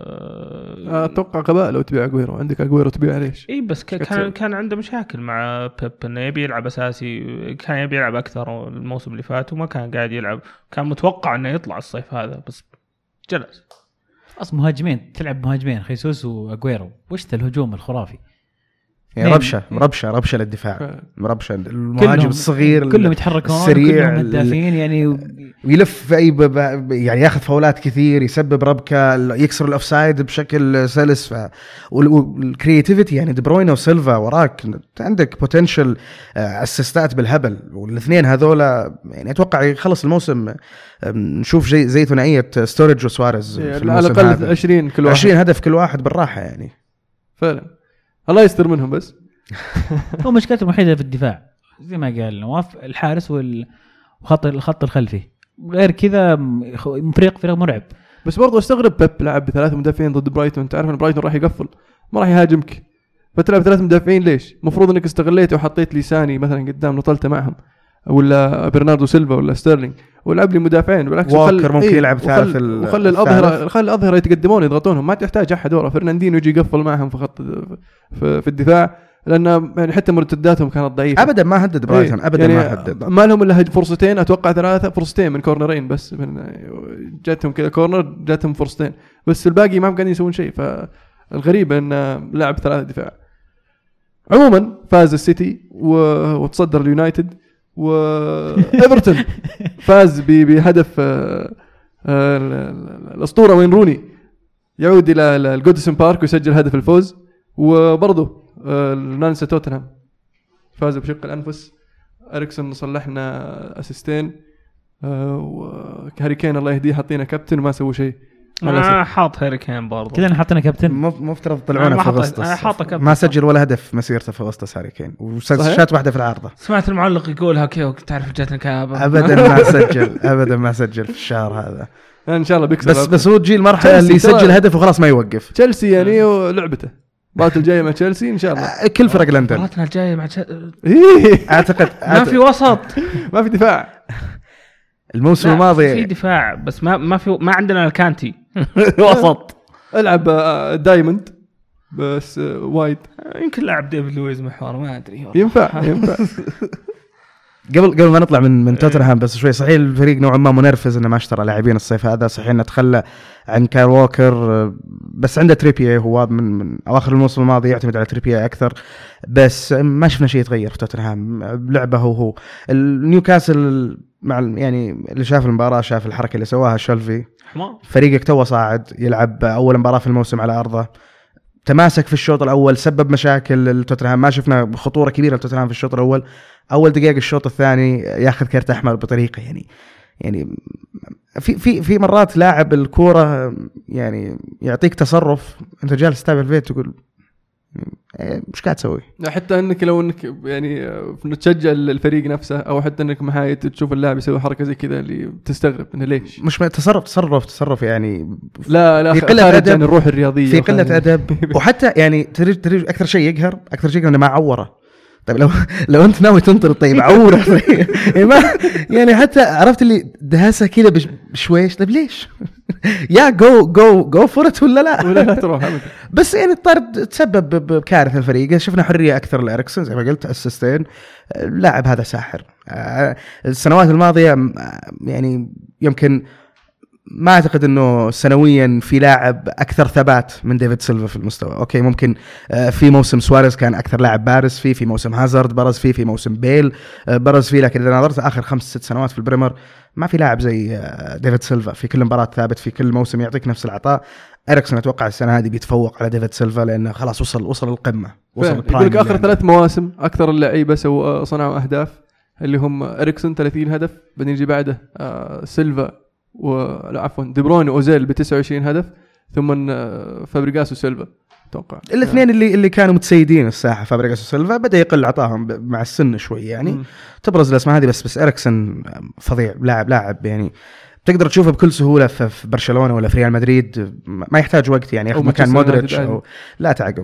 أه اتوقع غباء لو تبيع اغويرو، عندك اغويرو تبيع ليش؟ اي بس كان كان عنده مشاكل مع بيب انه يبي يلعب اساسي، كان يبي يلعب اكثر الموسم اللي فات وما كان قاعد يلعب. كان متوقع انه يطلع الصيف هذا بس جلس. اصلا مهاجمين تلعب مهاجمين خيسوس واغويرو، وش الهجوم الخرافي يعني ربشه ربشه ربشه للدفاع، ربشه المهاجم الصغير كلهم يتحركون السريع كلهم مدافعين يعني ويلف في اي يعني ياخذ فاولات كثير، يسبب ربكه، يكسر الاوفسايد بشكل سلس. والكرياتيفيتي يعني دي بروين وسيلفا وراك، عندك بوتنشل اسيستات بالهبل. والاثنين هذولا يعني اتوقع يخلص الموسم نشوف زي زي ثنائيه ستوريج وسواريز في الموسم على الاقل عشرين كل واحد، عشرين هدف كل واحد بالراحه يعني فعلا. الله يستر منهم. بس هو مشكلته الوحيده في الدفاع زي ما قال نواف، الحارس والخط الخط الخلفي. غير كذا فريق فريق مرعب. بس برضو استغرب بيب لعب بثلاث مدافعين ضد برايتون. انت عارف ان برايتون راح يقفل، ما راح يهاجمك، فتلعب ثلاث مدافعين ليش؟ مفروض انك استغليته وحطيت لساني مثلا قدام نطلته معهم، ولا برناردو سيلفا ولا ستيرلينج، ولعب لي مدافعين. بالعكس ووكر ممكن يلعب ثالث، وخلي الاظهره خلي الاظهره يتقدمون يضغطونهم، ما تحتاج احد ورا. فرناندينو يجي يقفل معهم في خط في, في الدفاع، لان يعني حتى مرتداتهم كانت ضعيفه. ابدا ما هدد برايتون، ابدا يعني ما هدد. ما لهم الا فرصتين، اتوقع ثلاثه فرصتين من كورنرين بس، من جاتهم كذا كورنر جاتهم فرصتين بس، الباقي ما هم قاعدين يسوون شيء. فالغريب ان لاعب ثلاثه دفاع. عموما فاز السيتي وتصدر اليونايتد، وإيفرتون فاز بهدف الأسطورة وين روني يعود إلى الجودسون بارك ويسجل هدف الفوز. وبرضه ننسى توتنهام فاز بشق الأنفس. أريكسون صلح لنا أسيستين، وهاري كين الله يهديه حطينا كابتن وما سووا شيء. انا حاط هاري كين برضه كذا حاطنا كابتن. مو مفترض طلعونا في اغسطس، حاطه ما سجل ولا هدف في مسيرته في اغسطس هاري كين، وشات واحده في العارضه. سمعت المعلق يقولها كذا تعرف جاتنا كابه. ابدا ما سجل ابدا ما سجل في الشهر هذا. ان شاء الله بيكسب. بس بس هو تجي المرحله اللي يسجل هدف وخلاص ما يوقف. تشيلسي يعني ولعبته المباراة الجايه مع تشيلسي ان شاء الله. كل فرق لندن مباراتنا الجايه مع تش... اعتقد ما في وسط ما في دفاع. الموسم الماضي في دفاع بس ما ما في ما عندنا الكانتي وسط. العب دايموند بس وايد. يمكن لاعب ديفيد لويز محور ما ادري. ينفع ينفع. قبل قبل ما نطلع من من توتنهام بس شوي، صحيح الفريق نوعا ما منرفز انه ما اشترى لاعبين الصيف هذا، صحيح انه تخلى عن كايل ووكر بس عنده تريبيا هو من, من اواخر الموسم الماضي يعتمد على تريبيا اكثر، بس ما شفنا شيء يتغير في توتنهام. لعبه هو هو النيوكاسل مع يعني اللي شاف المباراه شاف الحركه اللي سواها شلفي. فريقك تو صاعد يلعب اول مباراه في الموسم على ارضه، تماسك في الشوط الاول سبب مشاكل لتوتنهام، ما شفنا خطوره كبيره لتوتنهام في الشوط الاول. اول دقائق الشوط الثاني ياخذ كرت احمر بطريقه يعني يعني في في في مرات لاعب الكوره يعني يعطيك تصرف انت جالس تتابع الفيديو تقول مش قاعد تسوي. حتى انك لو انك يعني تشجع الفريق نفسه او حتى انك محايد تشوف اللاعب يسوي حركه زي كذا اللي تستغرب انه ليش مش تصرف تصرف تصرف يعني لا لا في قله ادب يعني الروح الرياضيه في قله ادب. وحتى يعني تريد تريد اكثر شيء يقهر اكثر شيء انه ما عوره. طيب لو لو انت ناوي تنطر طيب عوره يعني ما يعني حتى عرفت اللي دهسه كذا بشويش. طيب ليش يا جو جو جو فورت ولا لا ولا لا تروح بس يعني الطرد تسبب بكارثه الفريق. شفنا حريه اكثر لإريكسون زي ما قلت اسيستين. اللاعب هذا ساحر. السنوات الماضيه يعني يمكن ما أعتقد أنه سنويا في لاعب أكثر ثبات من ديفيد سيلفا في المستوى. أوكي ممكن في موسم سواريز كان أكثر لاعب بارز فيه، في موسم هازارد برز فيه، في موسم بيل برز فيه، لكن إذا نظرت آخر خمس ست سنوات في البريمر ما في لاعب زي ديفيد سيلفا في كل مباراة ثابت، في كل موسم يعطيك نفس العطاء. إريكسون أتوقع السنة هذه بيتفوق على ديفيد سيلفا لأنه خلاص وصل وصل القمة. وصل يقول لك آخر ثلاث مواسم أكثر اللعيبة سووا صنعوا أهداف اللي هم إريكسون ثلاثين هدف، بعدين يجي بعده آه سيلفا ولا عفوا دي بروين وأوزيل بتسعة وعشرين هدف، ثم فابريغاس وسيلفا. اتوقع الاثنين اللي اللي كانوا متسيدين الساحه فابريغاس وسيلفا بدا يقل عطاهم مع السن شوي يعني. م. تبرز الاسماء هذه بس بس إريكسون فظيع، لاعب لاعب يعني تقدر تشوفه بكل سهوله في برشلونه ولا في ريال مدريد، ما يحتاج وقت يعني ياخذ مكان مودريتش أو لا تعقب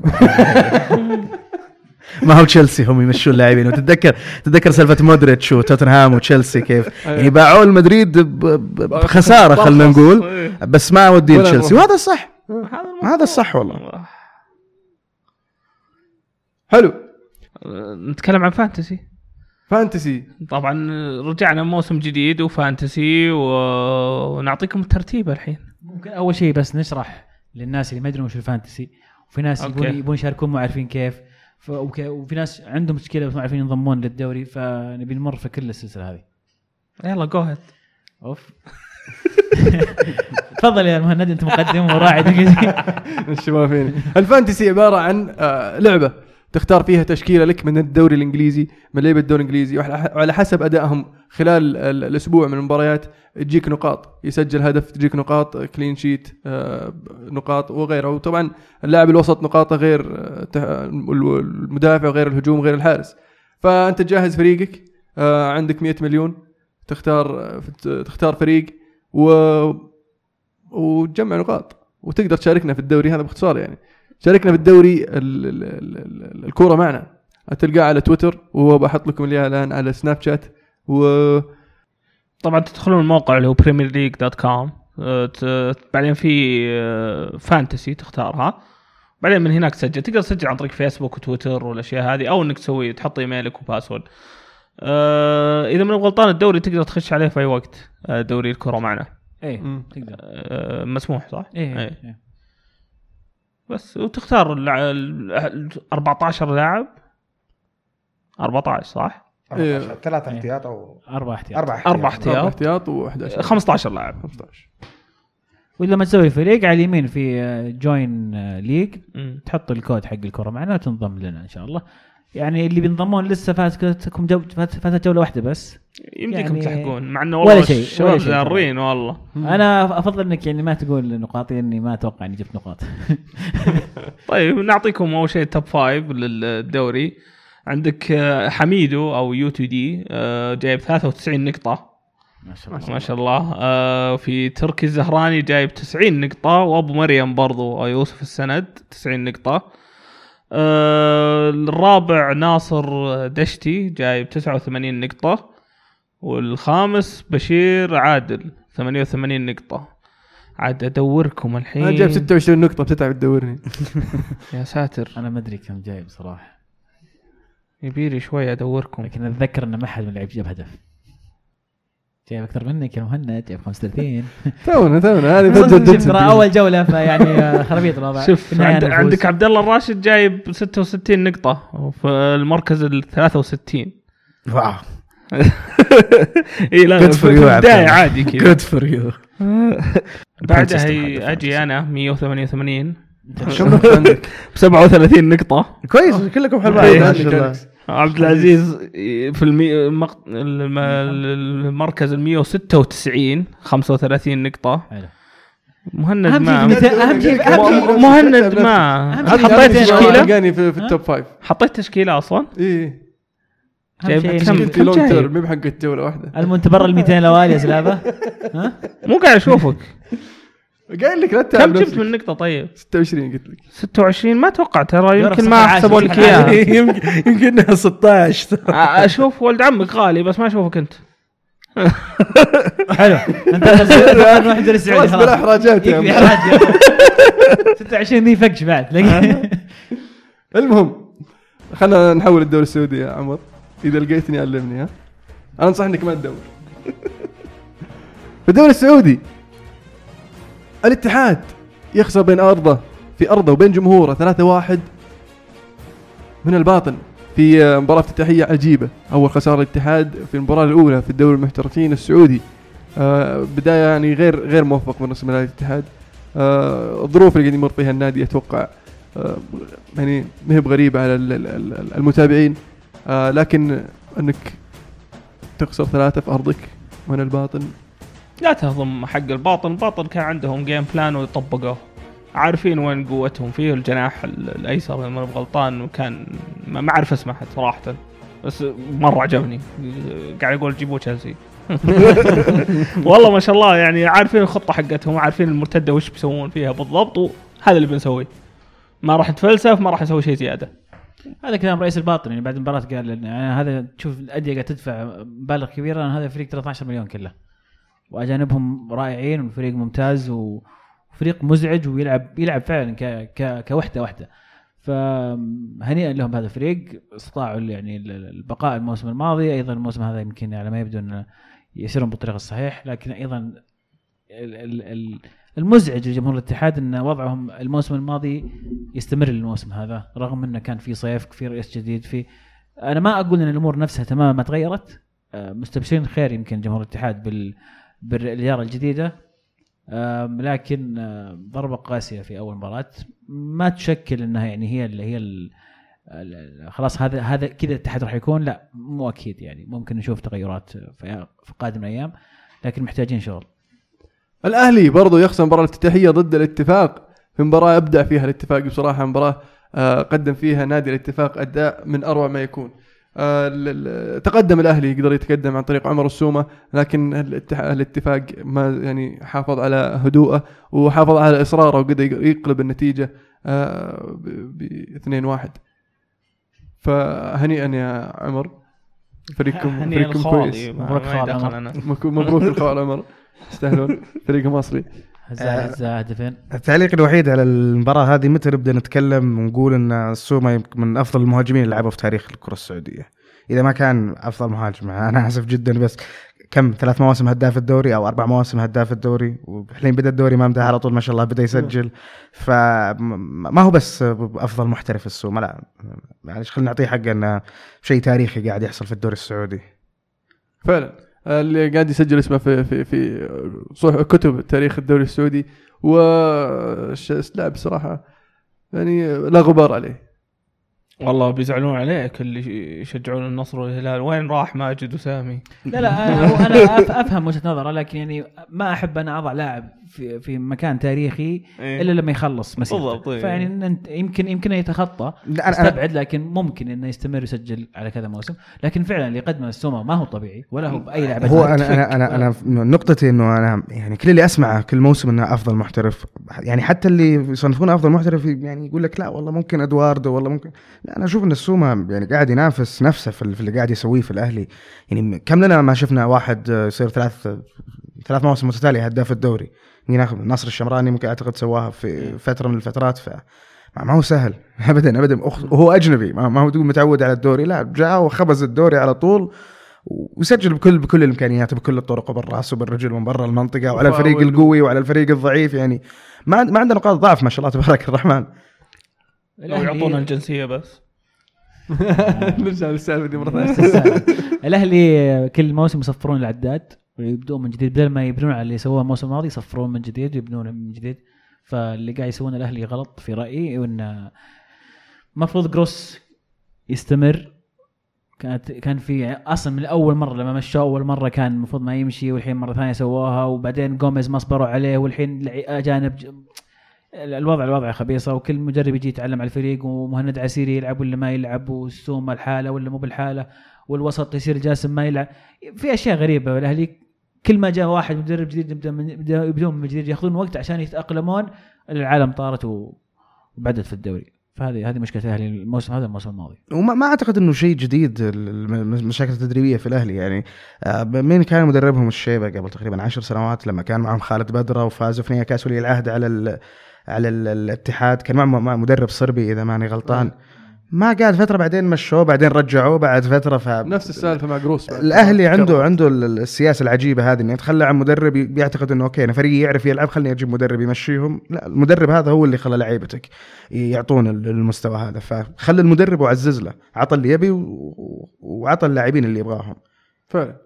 ما هو تشيلسي هم يمشون اللاعبين. وتتذكر تتذكر سالفه مودريتش وتوتنهام وتشيلسي كيف يعني باعوا المدريد بخساره خلينا نقول، بس ما ودين تشيلسي، وهذا الصح هذا الصح والله. حلو نتكلم عن فانتسي. فانتسي طبعا رجعنا موسم جديد وفانتسي ونعطيكم الترتيب الحين. ممكن اول شيء بس نشرح للناس اللي ما يدرون وش الفانتسي، وفي ناس يبون يبون يشاركون مو عارفين كيف، وفي ناس عندهم مشكله بس ما عارفين ينضمون للدوري، فنبي نمر في كل السلسله هذه. يلا جو هيد. اوف تفضل يا مهند انت مقدم وراعي الشبابين. الفانتسي عباره عن لعبه تختار فيها تشكيله لك من الدوري الانجليزي، من لعيبه الدوري الانجليزي، وعلى حسب ادائهم خلال الاسبوع من المباريات تجيك نقاط، يسجل هدف تجيك نقاط، كلين شيت نقاط وغيره. وطبعا اللاعب الوسط نقاطه غير المدافع وغير الهجوم غير الحارس. فانت تجهز فريقك، عندك مئة مليون، تختار تختار فريق و وتجمع نقاط وتقدر تشاركنا في الدوري هذا باختصار. يعني شاركنا في الدوري الكورة معنا، هتلقاه على تويتر وبحط لكم اياه الان على سناب شات. و طبعا تدخلون الموقع اللي هو بريمير ليج دوت كوم، بعدين في فانتسي تختارها، بعدين من هناك تسجل. تقدر تسجل عن طريق فيسبوك وتويتر والاشياء هذه، او انك تسوي تحط ايميلك وباسورد. أه اذا من غلطان الدوري تقدر تخش عليه في اي وقت. دوري الكرة معنا ايه تقدر أه مسموح صح؟ ايه, ايه. ايه. بس وتختار ال أربعة عشر لاعب. أربعة عشر صح؟ إيه. ثلاثة احتياط او أربعة احتياط أربعة احتياط أربعة احتياط وواحد عشر خمسة عشر لاعب. خمسة عشر. وإذا ما تسوي فريق على اليمين في جوين ليج تحط الكود حق الكرة معنا وتنضم لنا إن شاء الله. يعني اللي بينضمون لسه فاتتكم جو فاتت جولة واحدة بس، يمديكم يعني تلحقون مع انه ولا والله شيء، الشباب ولا شيء زارين والله. انا افضل انك يعني ما تقول نقاطي، اني ما اتوقع اني جبت نقاط. طيب نعطيكم اول شيء توب فايف للدوري. عندك حميدو او يو تو دي جايب ثلاثة وتسعين نقطة ما شاء الله ما شاء الله. آه في تركي الزهراني جايب تسعين نقطة، وابو مريم برضو يوسف السند تسعين نقطة. آه الرابع ناصر دشتي جايب تسعة وثمانين نقطة، والخامس بشير عادل ثمانية وثمانين نقطة. عاد ادوركم الحين. انا جايب ستة وعشرين نقطة بتتعب تدورني. يا ساتر انا ما ادري كم جايب صراحة، يبيلي شوية ادوركم. لكن اتذكر ان ما حد من اللعيبه جاب هدف. جايب اكثر منك يا مهند، جايب خمسة وثلاثين. تونا تونا هذه بدت اول جوله فيعني خربيط الوضع. شوف عند عندك عبد الله الراشد جايب ستة وستين نقطة في المركز ال ثلاثة وستين. واو اي لا في البداية عادي كذا. جود فور يو. بعدها اجي انا مية وثمانية وثمانين. كم نقطة عندك؟ سبعة وثلاثين نقطة. كويس كلكم حلوين ما شاء الله. عبد العزيز في المي... المق... الم... المركز المية وستة وتسعين خمسة وثلاثين نقطة. مهند ما اهم شيء مهند ما حطيت تشكيلة لقاني في, في التوب فايف. حطيت تشكيلة اصلا. ايه جايب كم كم لونج تيرم مو بحق الجولة واحدة. المنتبر ال مئتين الاوائل يا زلابة. ها مو قاعد اشوفك. قايل لك لا تتعب. كم جبت من نقطة طيب؟ ستة وعشرين قلت لك. ستة وعشرين ما اتوقع ترى، يمكن ما حسبوا لك اياها. يمكن انها ستة عشر. اشوف ولد عمك غالي بس ما اشوفك انت. حلو انت نروح ندرس خلاص بلا احراجات يا احراج. ستة وعشرين ذي فكش بعد. المهم خلنا نحول الدوري السعودي يا عمر، اذا لقيتني علمني. ها انا انصح انك ما تدور. في الدوري السعودي الاتحاد يخسر بين أرضه في أرضه وبين جمهوره ثلاثة واحد من الباطن في مباراة افتتاحية عجيبة. أول خسارة الاتحاد في المباراة الأولى في الدوري المحترفين السعودي. آه بداية يعني غير غير موفق من رسم الاتحاد. آه الظروف اللي قاعد يمر فيها النادي أتوقع آه يعني ما هي بغريبة على المتابعين. آه لكن أنك تخسر ثلاثة في أرضك من الباطن لا تهضم حق الباطن. الباطن كان عندهم جيم بلان وطبقوه، عارفين وين قوتهم فيه. الجناح الايسر ما غلطان وكان ما اعرف اسمه حتى صراحه، بس مره عجبني قاعد يقول جيبوا تشيلسي. والله ما شاء الله يعني عارفين الخطه حقتهم وعارفين المرتده وش بيسوون فيها بالضبط، وهذا اللي بنسويه. ما راح نتفلسف، ما راح نسوي شيء زياده. هذا كلام رئيس الباطن يعني بعد المباراه قال يعني هذا تشوف الانديه قاعده تدفع مبالغ كبيره، هذا فريق ثلاثة عشر مليون كله واجانبهم رائعين والفريق ممتاز وفريق مزعج ويلعب يلعب فعلا ك ك كوحده واحده. فهنيئا لهم هذا الفريق، استطاعوا يعني البقاء الموسم الماضي. ايضا الموسم هذا يمكن على ما يبدو انه يسيرون بالطريق الصحيح، لكن ايضا المزعج لجمهور الاتحاد ان وضعهم الموسم الماضي يستمر الموسم هذا، رغم انه كان في صيف، في رئيس جديد، في انا ما اقول ان الامور نفسها تماما ما تغيرت، مستبشرين خير يمكن جمهور الاتحاد بال بالإدارة الجديدة، لكن ضربة قاسية في أول مباراة ما تشكل أنها يعني هي اللي هي ال خلاص هذا هذا كذا الاتحاد راح يكون، لا مو أكيد يعني ممكن نشوف تغيرات في قادم الأيام، لكن محتاجين شغل. الأهلي برضو يخسر مباراة الافتتاحية ضد الاتفاق في مباراة أبدع فيها الاتفاق بصراحة. مباراة قدم فيها نادي الاتفاق أداء من أروع ما يكون. آه تقدم الأهلي، يقدر يتقدم عن طريق عمر السومة، لكن الاتفاق ما يعني حافظ على هدوءه وحافظ على إصراره وقدر يقلب النتيجة آه باثنين واحد. فهنيئا يا عمر، فريقكم فريقكم كويس. مبروك خوال مبروك الخوال عمر، استاهلون فريق مصري. هزا هدفين. التعليق الوحيد على المباراة هذه، متى نبدأ نتكلم ونقول ان السومة من افضل المهاجمين اللي لعبوا في تاريخ الكرة السعودية؟ اذا ما كان افضل مهاجم انا اسف جدا، بس كم ثلاث مواسم هداف الدوري او اربع مواسم هداف الدوري، وحين بدا الدوري ما مدى على طول ما شاء الله بدا يسجل. فما هو بس افضل محترف السومة، لا معلش خلينا نعطيه حق انه شيء تاريخي قاعد يحصل في الدوري السعودي فعلا. اللي قاعد يسجل اسمه في في في صح كتب تاريخ الدوري السعودي، واللاعب بصراحة يعني لا غبار عليه. والله بيزعلون عليك اللي يشجعون النصر والهلال. وين راح ماجد وسامي؟ لا لا انا أنا أف- افهم وجهه نظره، لكن يعني ما احب انا اضع لاعب في في مكان تاريخي إيه. الا لما يخلص مسيرته. بالضبط، إيه. فيعني انت يمكن يمكن يتخطى لا، أنا- استبعد، لكن ممكن انه يستمر يسجل على كذا موسم. لكن فعلا اللي قدمه السومه ما هو طبيعي ولا هو باي لاعب. هو انا انا انا انا نقطتي انه انا يعني كل اللي اسمعه كل موسم انه افضل محترف، يعني حتى اللي يصنفونه افضل محترف يعني يقول لك لا والله ممكن ادواردو والله ممكن. لا انا اشوف ان السومه يعني قاعد ينافس نفسه في اللي قاعد يسويه في الاهلي. يعني كم لنا ما شفنا واحد يصير ثلاث ثلاث مواسم متتاليه هداف الدوري. ناخذ ناصر الشمراني ممكن اعتقد سواها في فتره من الفترات. ف ما هو سهل ابدا ابدا. وهو اجنبي ما هو متعود على الدوري، لا جاء وخبز الدوري على طول ويسجل بكل بكل الامكانيات بكل الطرق وبالراس وبالرجل ومن برا المنطقه وعلى الفريق القوي وعلى الفريق الضعيف. يعني ما ما عندنا نقاط ضعف ما شاء الله تبارك الرحمن. لو يعطونا الجنسيه بس. نرجع للسالفه دي مره ثانيه. الاهلي كل موسم يصفرون العداد ويبدون من جديد، بدل ما يبنون على اللي سووه الموسم الماضي يصفرون من جديد ويبنون من جديد. فاللي قاعد يسوونه الاهلي غلط في رايي، وان مفروض جروس يستمر. كانت كان في اصلا من اول مره لما مشوا اول مره كان المفروض ما يمشي، والحين مره ثانيه سووها، وبعدين جوميز ما صبروا عليه، والحين اجانب. الوضع الوضع خبيصه، وكل مدرب يجي يتعلم على الفريق، ومهند عسيري يلعب ولا ما يلعب، والسومه الحاله ولا مو بالحاله، والوسط يصير جاسم ما يلعب. في اشياء غريبه. والاهلي كل ما جاء واحد مدرب جديد يبدون من جديد، ياخذون وقت عشان يتاقلمون. العالم طارت وبعدت في الدوري. فهذه هذه مشكله الاهلي الموسم هذا الموسم الماضي. وما ما اعتقد انه شيء جديد المشاكل التدريبيه في الاهلي. يعني مين كان مدربهم الشيبه قبل تقريبا عشر سنوات لما كان معهم خالد بدره وفازوا في نهائي كاس ولي العهد على ال على ال الاتحاد. كان معهم مع مدرب صربي اذا ماني غلطان. ما قاعد فتره بعدين مشوه بعدين رجعوه بعد فتره. ف نفس السالفه مع جروس. الاهلي عنده عنده السياسه العجيبه هذه انه يتخلى عن مدرب بيعتقد انه اوكي انا فريقي يعرف يلعب خلني اجيب مدرب يمشيهم. لا، المدرب هذا هو اللي خلى لعيبتك يعطون المستوى هذا. فخلى المدرب وعزز له، عطى اللي يبي وعطى اللاعبين اللي يبغاهم. فعلا.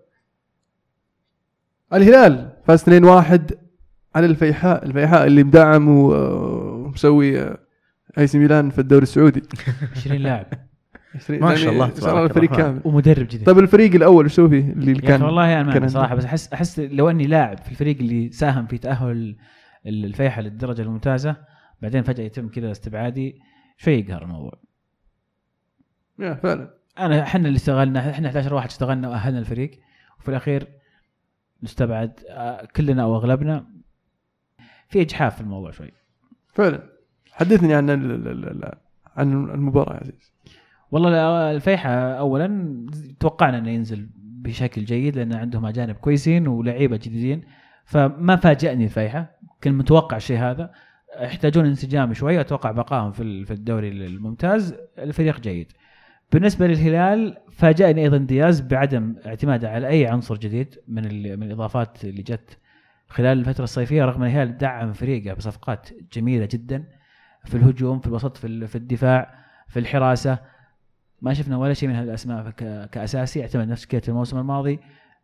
الهلال فاز اثنين واحد على الفيحاء. الفيحاء اللي مدعم ومسوي اي سي ميلان في الدوري السعودي. عشرين لاعب ما شاء الله صار الفريق كامل ومدرب جديد. طيب الفريق الاول وش فيه اللي كان والله انا كان صراحه بس احس احس لو اني لاعب في الفريق اللي ساهم في تاهل الفيحاء للدرجه الممتازه بعدين فجاه يتم كذا استبعادي، شيء يقهر الموضوع. يا فعلا. انا احنا اللي اشتغلنا، احنا احد عشر واحد اشتغلنا واهلنا الفريق، وفي الاخير نستبعد كلنا او اغلبنا. في اجحاف في الموضوع شوي فعلا. حدثني عن عن المباراه يا عزيز. والله الفيحاء اولا توقعنا انه ينزل بشكل جيد لان عندهم اجانب كويسين ولاعيبه جديدين، فما فاجأني الفيحاء. كان متوقع الشيء هذا. يحتاجون انسجام شوي، اتوقع بقائهم في في الدوري الممتاز. الفريق جيد. بالنسبه للهلال فاجأني ايضا دياز بعدم اعتماده على اي عنصر جديد من من الاضافات اللي جت خلال الفتره الصيفيه، رغم ان الهلال دعم فريقه بصفقات جميله جدا في الهجوم، في الوسط، في في الدفاع، في الحراسه. ما شفنا ولا شيء من هذه الاسماء كاساسي. اعتمد نفس كيت الموسم الماضي.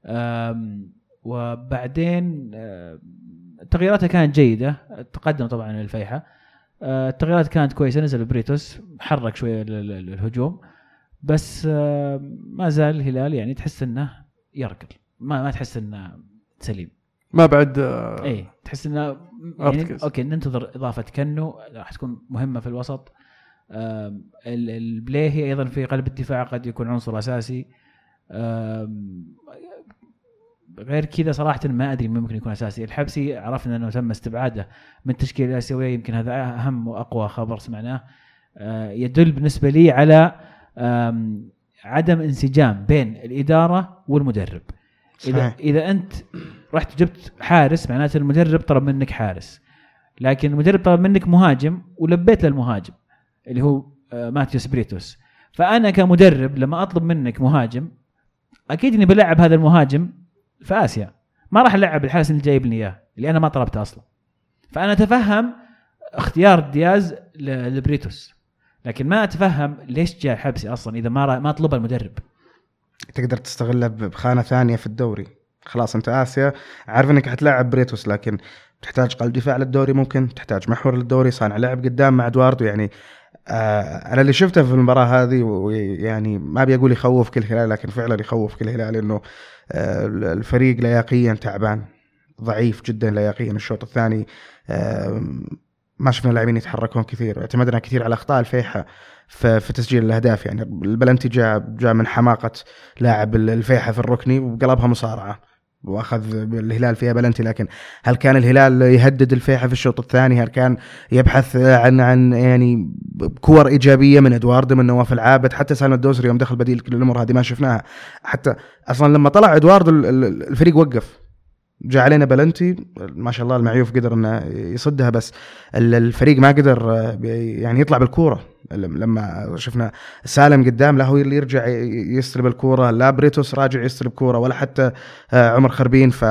وبعدين تغييراته كانت جيده. تقدم طبعا الفيحاء، التغييرات كانت كويسه. نزل بريتوس حرك شويه الهجوم، بس ما زال الهلال يعني تحس انه يركض، ما ما تحس انه سليم. ما بعد آه اي تحس انه يعني اوكي ننتظر اضافه كنو راح تكون مهمه في الوسط. آه البلاهي ايضا في قلب الدفاع قد يكون عنصر اساسي. آه غير كذا صراحه ما ادري ممكن يكون اساسي. الحبسي عرفنا انه تم استبعاده من التشكيله الاسيويه، يمكن هذا اهم واقوى خبر سمعناه. آه يدل بالنسبه لي على عدم انسجام بين الاداره والمدرب. إذا, إذا أنت رحت جبت حارس معناته المدرب طلب منك حارس، لكن المدرب طلب منك مهاجم ولبيت للمهاجم اللي هو ماتيوس بريتوس. فأنا كمدرب لما أطلب منك مهاجم أكيد إني بلعب هذا المهاجم في آسيا، ما راح ألعب الحارس اللي جايب لي إياه اللي أنا ما طلبته أصلا. فأنا أتفهم اختيار دياز لبريتوس، لكن ما أتفهم ليش جاء حبسي أصلا إذا ما ما طلب المدرب. تقدر تستغلها بخانة ثانية في الدوري. خلاص أنت آسيا عارف أنك حتلاعب بريتوس، لكن تحتاج قلب دفاع للدوري، ممكن تحتاج محور للدوري، صانع لعب قدام مع ادواردو. يعني آه انا اللي شفته في المباراه هذه ويعني ما ابي اقول يخوف كل هلال، لكن فعلا يخوف كل هلال انه آه الفريق لياقيا تعبان، ضعيف جدا لياقيا. الشوط الثاني آه ما شفنا لاعبين يتحركون كثير، اعتمدنا كثير على اخطاء الفيحة في, في تسجيل الاهداف. يعني البلنتي جاء جاء من حماقه لاعب الفيحة في الركني وقلبها مصارعه واخذ الهلال فيها بلنتي. لكن هل كان الهلال يهدد الفيحة في الشوط الثاني؟ هل كان يبحث عن عن يعني كور ايجابيه من ادواردو، من نواف العابد، حتى سالم الدوسري يوم دخل بديل؟ كل الامور هذه ما شفناها. حتى اصلا لما طلع ادواردو الفريق وقف، جاء علينا بلنتي ما شاء الله المعيوف قدر انه يصدها، بس الفريق ما قدر يعني يطلع بالكوره. لما شفنا سالم قدام لا هو اللي يرجع يستلب الكوره، لا بريتوس راجع يستلب كوره، ولا حتى عمر خربين. ف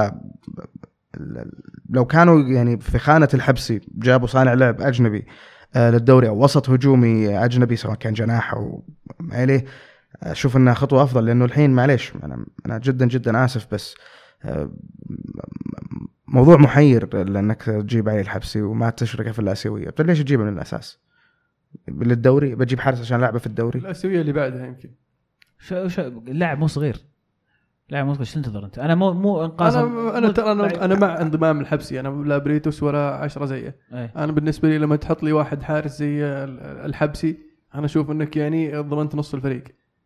لو كانوا يعني في خانه الحبسي جابوا صانع لعب اجنبي للدوري او وسط هجومي اجنبي سواء كان جناح او ما اليه، اشوف انها خطوه افضل. لانه الحين معليش انا انا جدا جدا اسف، بس موضوع محير لانك تجيب علي الحبسي وما تشركه في الاسيويه. طيب ليش تجيبه من الاساس للدوري؟ بجيب حارس عشان لعبه في الدوري؟ الاسيويه اللي بعدها يمكن شو شو اللاعب مو صغير، لاعب مو صغير. شو تنتظر انت؟ انا مو مو انقاذ. انا انا ترى انا, أنا مع انضمام الحبسي. انا لا بريتوس ولا عشرة زيه. أي. انا بالنسبه لي لما تحط لي واحد حارس زي الحبسي انا اشوف انك يعني ضمنت نص الفريق.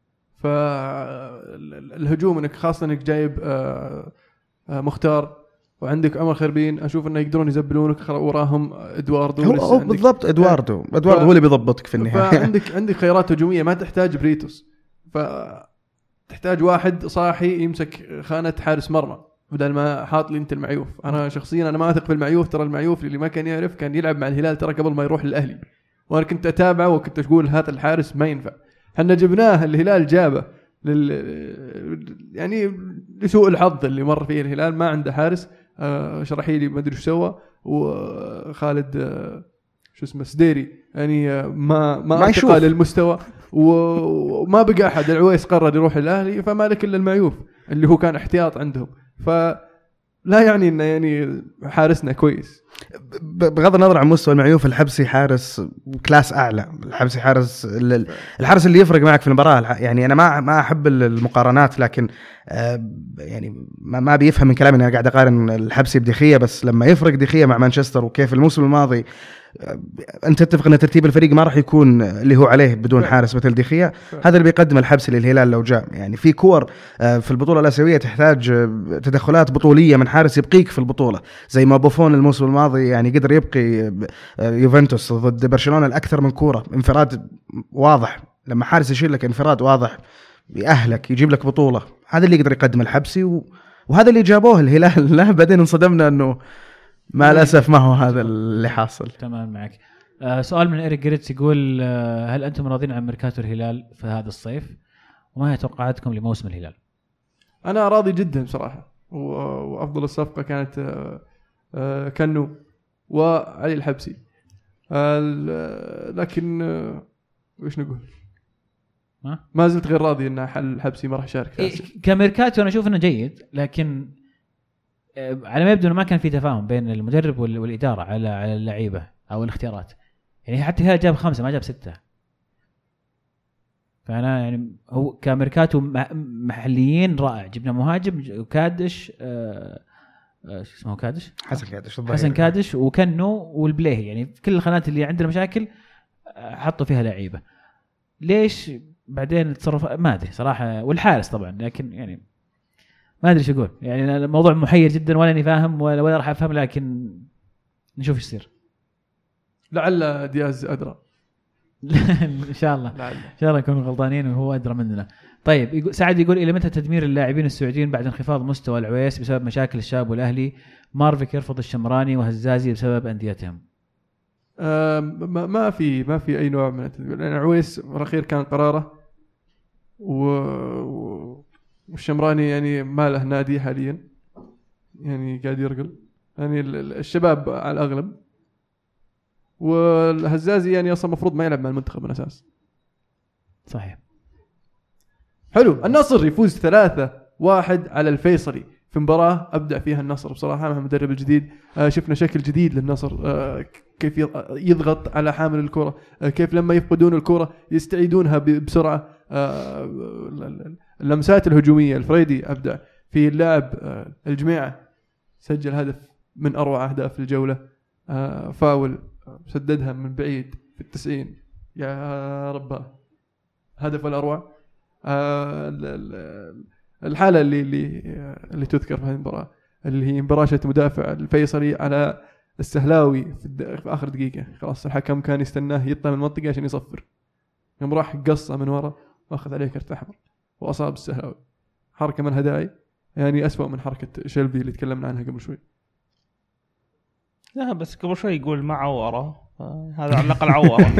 فالهجوم انك خاصه انك جايب مختار وعندك عمر خربين، اشوف انه يقدرون يزبلونك وراهم ادواردو. هو بالضبط ادواردو ادواردو ف... هو اللي بيضبطك في النهايه. فعندك عندك خيارات هجوميه، ما تحتاج بريتوس، فتحتاج واحد صاحي يمسك خانه حارس مرمى بدل ما حاط لي انت المعيوف. انا شخصيا انا ما اثق في المعيوف. ترى المعيوف اللي ما كان يعرف كان يلعب مع الهلال ترى قبل ما يروح للاهلي، وانا كنت اتابعه وكنت اقول هذا الحارس ما ينفع. احنا جبناه الهلال جابه لل يعني لسوء الحظ اللي مر فيه الهلال، ما عنده حارس. آه شرحيلي ما ادري ايش سوى، وخالد آه شو اسمه سديري يعني آه ما ما ارتقى للمستوى، وما بقى احد. العويس قرر يروح الاهلي، فما لك الا المعيوف اللي هو كان احتياط عندهم. فلا يعني انه يعني حارسنا كويس. بغض النظر عن مستوى المعيوف، الحبسي حارس كلاس اعلى. الحبسي حارس الحارس اللي يفرق معك في المباراه. يعني انا ما ما احب المقارنات، لكن يعني ما بيفهم من كلامي انا قاعد اقارن الحبسي بدخيه. بس لما يفرق دخيه مع مانشستر وكيف الموسم الماضي، انت تتفق ان ترتيب الفريق ما راح يكون اللي هو عليه بدون حارس مثل دخيه. هذا اللي بيقدم الحبسي للهلال لو جاء. يعني في كور في البطوله الاسيويه تحتاج تدخلات بطوليه من حارس يبقيك في البطوله، زي ما بوفون الموسم الماضي يعني قدر يبقي يوفنتوس ضد برشلونه الاكثر من كوره، انفراد واضح. لما حارس يشيل لك انفراد واضح يأهلك يجيب لك بطوله، هذا اللي يقدر يقدم الحبسي، و... وهذا اللي جابوه الهلال. لا بعدين انصدمنا انه مع الأسف ما هو هذا اللي حاصل. تمام معك. آه سؤال من إيريك جريتس يقول آه هل أنتم راضين عن ميركاتو الهلال في هذا الصيف؟ وما هي توقعاتكم لموسم الهلال؟ أنا راضي جدا بصراحة، وأفضل الصفقة كانت آه آه كنو وعلي الحبسي. آه لكن آه وإيش نقول؟ ما, ما زلت غير راضي إن حل الحبسي ما راح يشارك في إيه كميركاتو. أنا أشوف إنه جيد، لكن على ما يبدو انه ما كان في تفاهم بين المدرب والاداره على على اللعيبه او الاختيارات. يعني حتى هذا جاب خمسه ما جاب سته. فانا يعني هو كاميركاتو محليين رائع. جبنا مهاجم وكادش آه آه شو اسمه كادش حسن كادش حسن كادش وكنو والبليهي. يعني في كل الخانات اللي عندنا مشاكل حطوا فيها لعيبه. ليش بعدين التصرف ما ادري صراحه. والحارس طبعا، لكن يعني ما ادري ايش اقول. يعني الموضوع محير جدا ولا اني فاهم ولا ولا راح افهم، لكن نشوف ايش يصير. لعل دياز ادرى. ان شاء الله لعل. ان شاء الله نكون غلطانين وهو ادرى مننا. طيب يقول سعد يقول الى متى تدمير اللاعبين السعوديين بعد انخفاض مستوى العويس بسبب مشاكل الشاب والاهلي؟ مارفيك يرفض الشمراني وهزازي بسبب انديتهم. آه ما في ما في اي نوع من التدمير، لان العويس الاخير كان قراره، و والشمراني يعني ما له نادي حاليا، يعني قاعد يرقل. يعني الشباب على الأغلب، والهزازي يعني أصلا مفروض ما يلعب مع المنتخب من أساس. صحيح. حلو. النصر يفوز ثلاثة واحد على الفيصلي في مباراة أبدع فيها النصر بصراحة مع المدرب الجديد. آه شفنا شكل جديد للنصر، آه كيف يضغط على حامل الكرة، آه كيف لما يفقدون الكرة يستعيدونها بسرعة. آه اللمسات الهجومية الفريدي أبدع في اللاعب. آه الجميع سجل هدف من أروع أهداف الجولة. آه فاول سددها من بعيد في التسعين، يا رب هدف الأروع. آه الحالة اللي اللي اللي تذكر في هذه المباراة اللي هي مباراة مدافع الفيصلي على السهلاوي في, في آخر دقيقة، خلاص الحكم كان يستناه يطلع من المنطقة عشان يصفر، يوم راح قصة من ورا واخذ عليه كرت أحمر وأصاب السهلاوي. حركة من هداي يعني أسوأ من حركة شلبي اللي تكلمنا عنها قبل شوي. لا بس قبل شوي يقول ما عوره، هذا على الأقل عوره.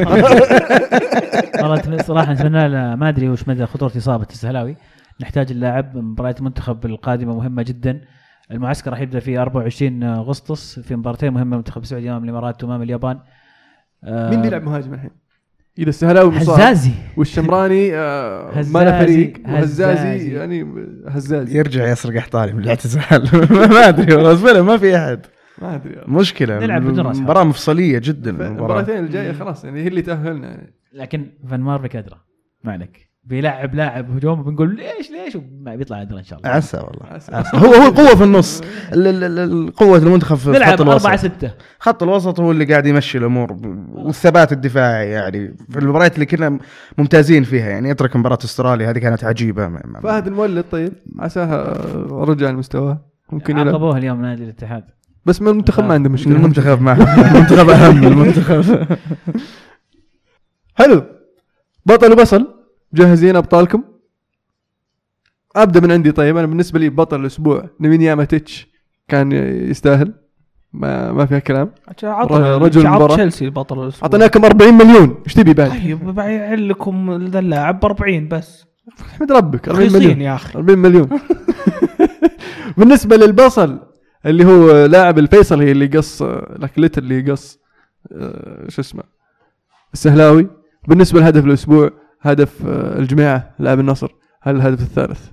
والله صراحة نتمنى له، ما أدري وش مدى خطورة إصابة السهلاوي. نحتاج اللاعب. مباراة المنتخب القادمة مهمة جدا. المعسكر راح يبدأ في أربعة وعشرين أغسطس في مباراتين مهمة، منتخب السعودية أمام الإمارات وأمام اليابان. آه مين بيلعب مهاجم الحين؟ إذا السهلاوي مصاب هزازي والشمراني آه ما له فريق، وهزازي يعني هزازي يرجع يسرق احطالي من الاعتزال. ما أدري والله ما في أحد، ما أدري مشكلة. مباراة مفصلية جدا. المباراتين الجاية خلاص يعني هي اللي تأهلنا يعني. لكن فان مارفيك أدرى ما عليك، بيلعب لاعب هجوم وبنقول ليش ليش وما بيطلع أدرى إن شاء الله. عسى والله عسى. عسى. هو هو قوة في النص، القوة المنتخب في خط الوسط. أربعة ستة خط الوسط هو اللي قاعد يمشي الأمور والثبات الدفاعي يعني في المباريات اللي كنا ممتازين فيها. يعني اترك مباراة استراليا هذه كانت عجيبة. فهد المولد طيب عساها رجع المستوى، ممكن يلعب. عاقبوه اليوم نادي الاتحاد بس من المنتخب ما عنده مشكلة. المنتخب ما المنتخب أهم. المنتخب حلو. بطل وبصل جاهزين أبطالكم؟ أبدأ من عندي. طيب أنا بالنسبة لي بطل الأسبوع نيمينيا ماتيتش، كان يستاهل ما ما فيها كلام. رجل المباراة تشيلسي بطل الأسبوع. أعطيناكم أربعين مليون، إيش تبي بعد؟ طيب ببيع لكم ذا اللاعب أربعين بس. احمد ربك أربعين مليون يا أخي. أربعين مليون. بالنسبة للبصل اللي هو لاعب الفيصل هي اللي قص لكلت اللي قص آه شو اسمه السهلاوي. بالنسبة لهدف الأسبوع هدف آه الجماعة لاعب النصر، هل الهدف الثالث؟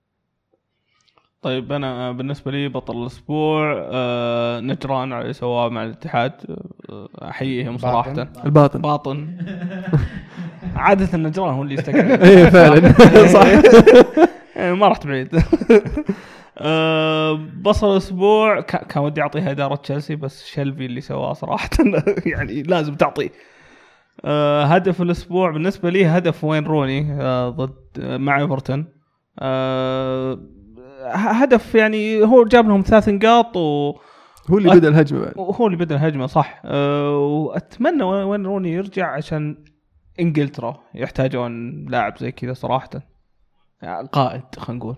طيب أنا بالنسبة لي بطل الأسبوع آه نجران على سواء مع الاتحاد، آه أحييهم صراحة. الباطن باطن. عادة النجران هو اللي يستقعد. إيه فعلا صح. ما رحت بعيد. أه بصل الأسبوع كان ودي أعطيها إدارة تشيلسي، بس شلبي اللي سواه صراحة يعني لازم تعطيه. أه هدف الأسبوع بالنسبة لي هدف وين روني أه ضد مع إيفرتون. أه هدف يعني هو جاب لهم ثلاث نقاط و هو اللي بدأ الهجمة بعد. هو اللي بدأ الهجمة صح. أه وأتمنى وين روني يرجع عشان إنجلترا يحتاجون لاعب زي كذا صراحة، يعني قائد خلينا نقول.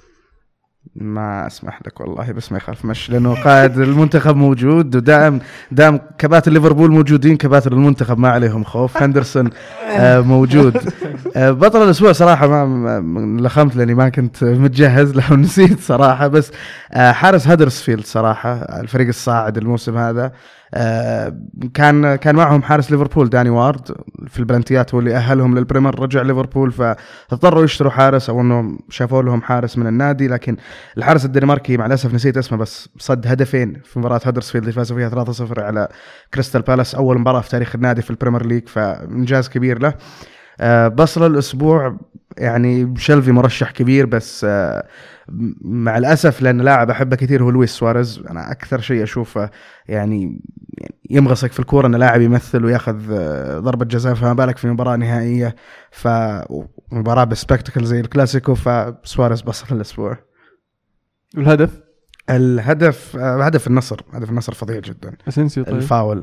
ما اسمح لك والله بس ما يخالف مش، لانه قائد المنتخب موجود ودائم دائم كباتن ليفربول موجودين، كباتن المنتخب ما عليهم خوف. هندرسون آه موجود. آه بطل الاسبوع صراحه ما لخمت لاني ما كنت متجهز له نسيت صراحه، بس آه حارس هدرسفيلد صراحه الفريق الصاعد الموسم هذا. آه كان كان معهم حارس ليفربول داني وارد في البلنتيات، هو اللي أهلهم للبريمير. رجع ليفربول فاضطروا يشتروا حارس، أو أنهم شافوا لهم حارس من النادي، لكن الحارس الدنماركي مع الأسف نسيت اسمه بس صد هدفين في مباراة هدرسفيلد اللي فازوا فيها ثلاثة صفر على كريستال بالاس، أول مباراة في تاريخ النادي في البريمير ليج، فإنجاز كبير له. آه بصل الأسبوع يعني شلفي مرشح كبير، بس آه مع الأسف لأن لاعب أحبه كثير هو لويس سواريز. أنا أكثر شيء أشوفه يعني يمغصك في الكورة أن لاعب يمثل ويأخذ ضربة جزاء، فما بالك في مباراة نهائية، فمباراة بسبكتكل زي الكلاسيكو، فسواريز بصل الأسبوع. والهدف الهدف هدف النصر، هدف النصر فظيع جدا. أسنسيو طيب. الفاول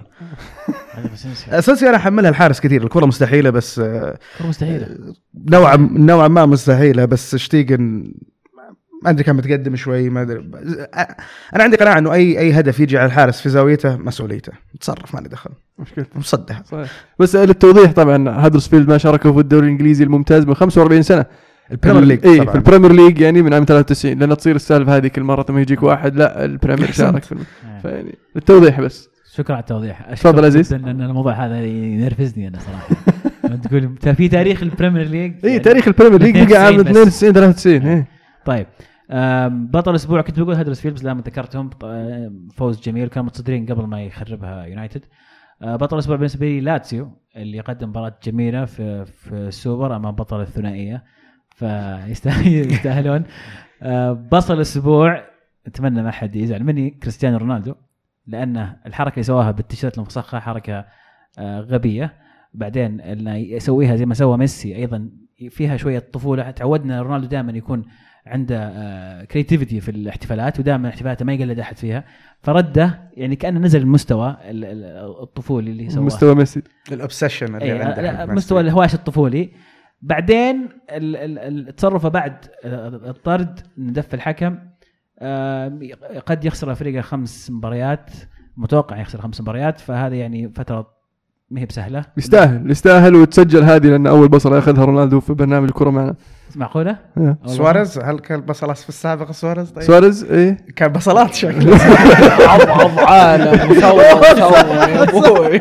أسنسيو أنا حملها الحارس كثير، الكرة مستحيلة بس مستحيلة نوعا نوعا ما مستحيلة، بس شتيجن ما أدري كان متقدم شوي، ما أدري. أنا عندي قناعة إنه أي أي هدف يجي على الحارس في زاويته مسؤوليته، تصرف ما لي دخل، مشكلة مصدها. بس للتوضيح طبعا هدرسفيلد ما شاركوا في الدوري الإنجليزي الممتاز من خمسة وأربعين سنة، البريمير ليج إيه في البريمير ليج يعني من عام ثلاثة وتسعين، لأن تصير السالفة هذه كل مرة ما يجيك واحد لا البريمير شارك في فيعني التوضيح بس. شكرا على التوضيح. تفضل عزيز. لأن الموضوع هذا ينرفزني أنا صراحة. تقول في تاريخ البريمير ليج إيه تاريخ البريمير ليج بقى عام اثنين وتسعين ثلاثة وتسعين. إيه طيب بطل الاسبوع كنت بقول هدرسفيلد بس لا ذكرتهم فوز جميل كانوا متصدرين قبل ما يخربها يونايتد. بطل الاسبوع بالنسبه لي لاتسيو اللي قدم مباراه جميله في في السوبر امام بطل الثنائيه فيستاهلون. بطل الاسبوع اتمنى ما حد يزعل مني كريستيانو رونالدو لأن الحركة اللي سواها بالتيشيرت المفسخة حركة غبية. بعدين انه يسويها زي ما سوى ميسي ايضا فيها شويه طفوله. تعودنا رونالدو دائما يكون عنده كرياتيفيتي في الاحتفالات ودائما احتفالاته ما يقلد احد فيها فرده يعني كانه نزل المستوى الطفولي اللي سواه مستوى ميسي الاوبسيشن اللي أيه عنده مستوى الهواش الطفولي. بعدين التصرف بعد الطرد ندف الحكم قد يخسر فريقه خمس مباريات متوقع يخسر خمس مباريات فهذا يعني فتره ما هي بسهله. يستاهل يستاهل وتسجل هذه لان اول بصله ياخذها رونالدو في برنامج الكره معنا. معقوله؟ سواريز هل كان بصلات في السابق سواريز؟ طيب سواريز ايه كان بصلات شكله عض عالم مسوى مسوى يا ابوي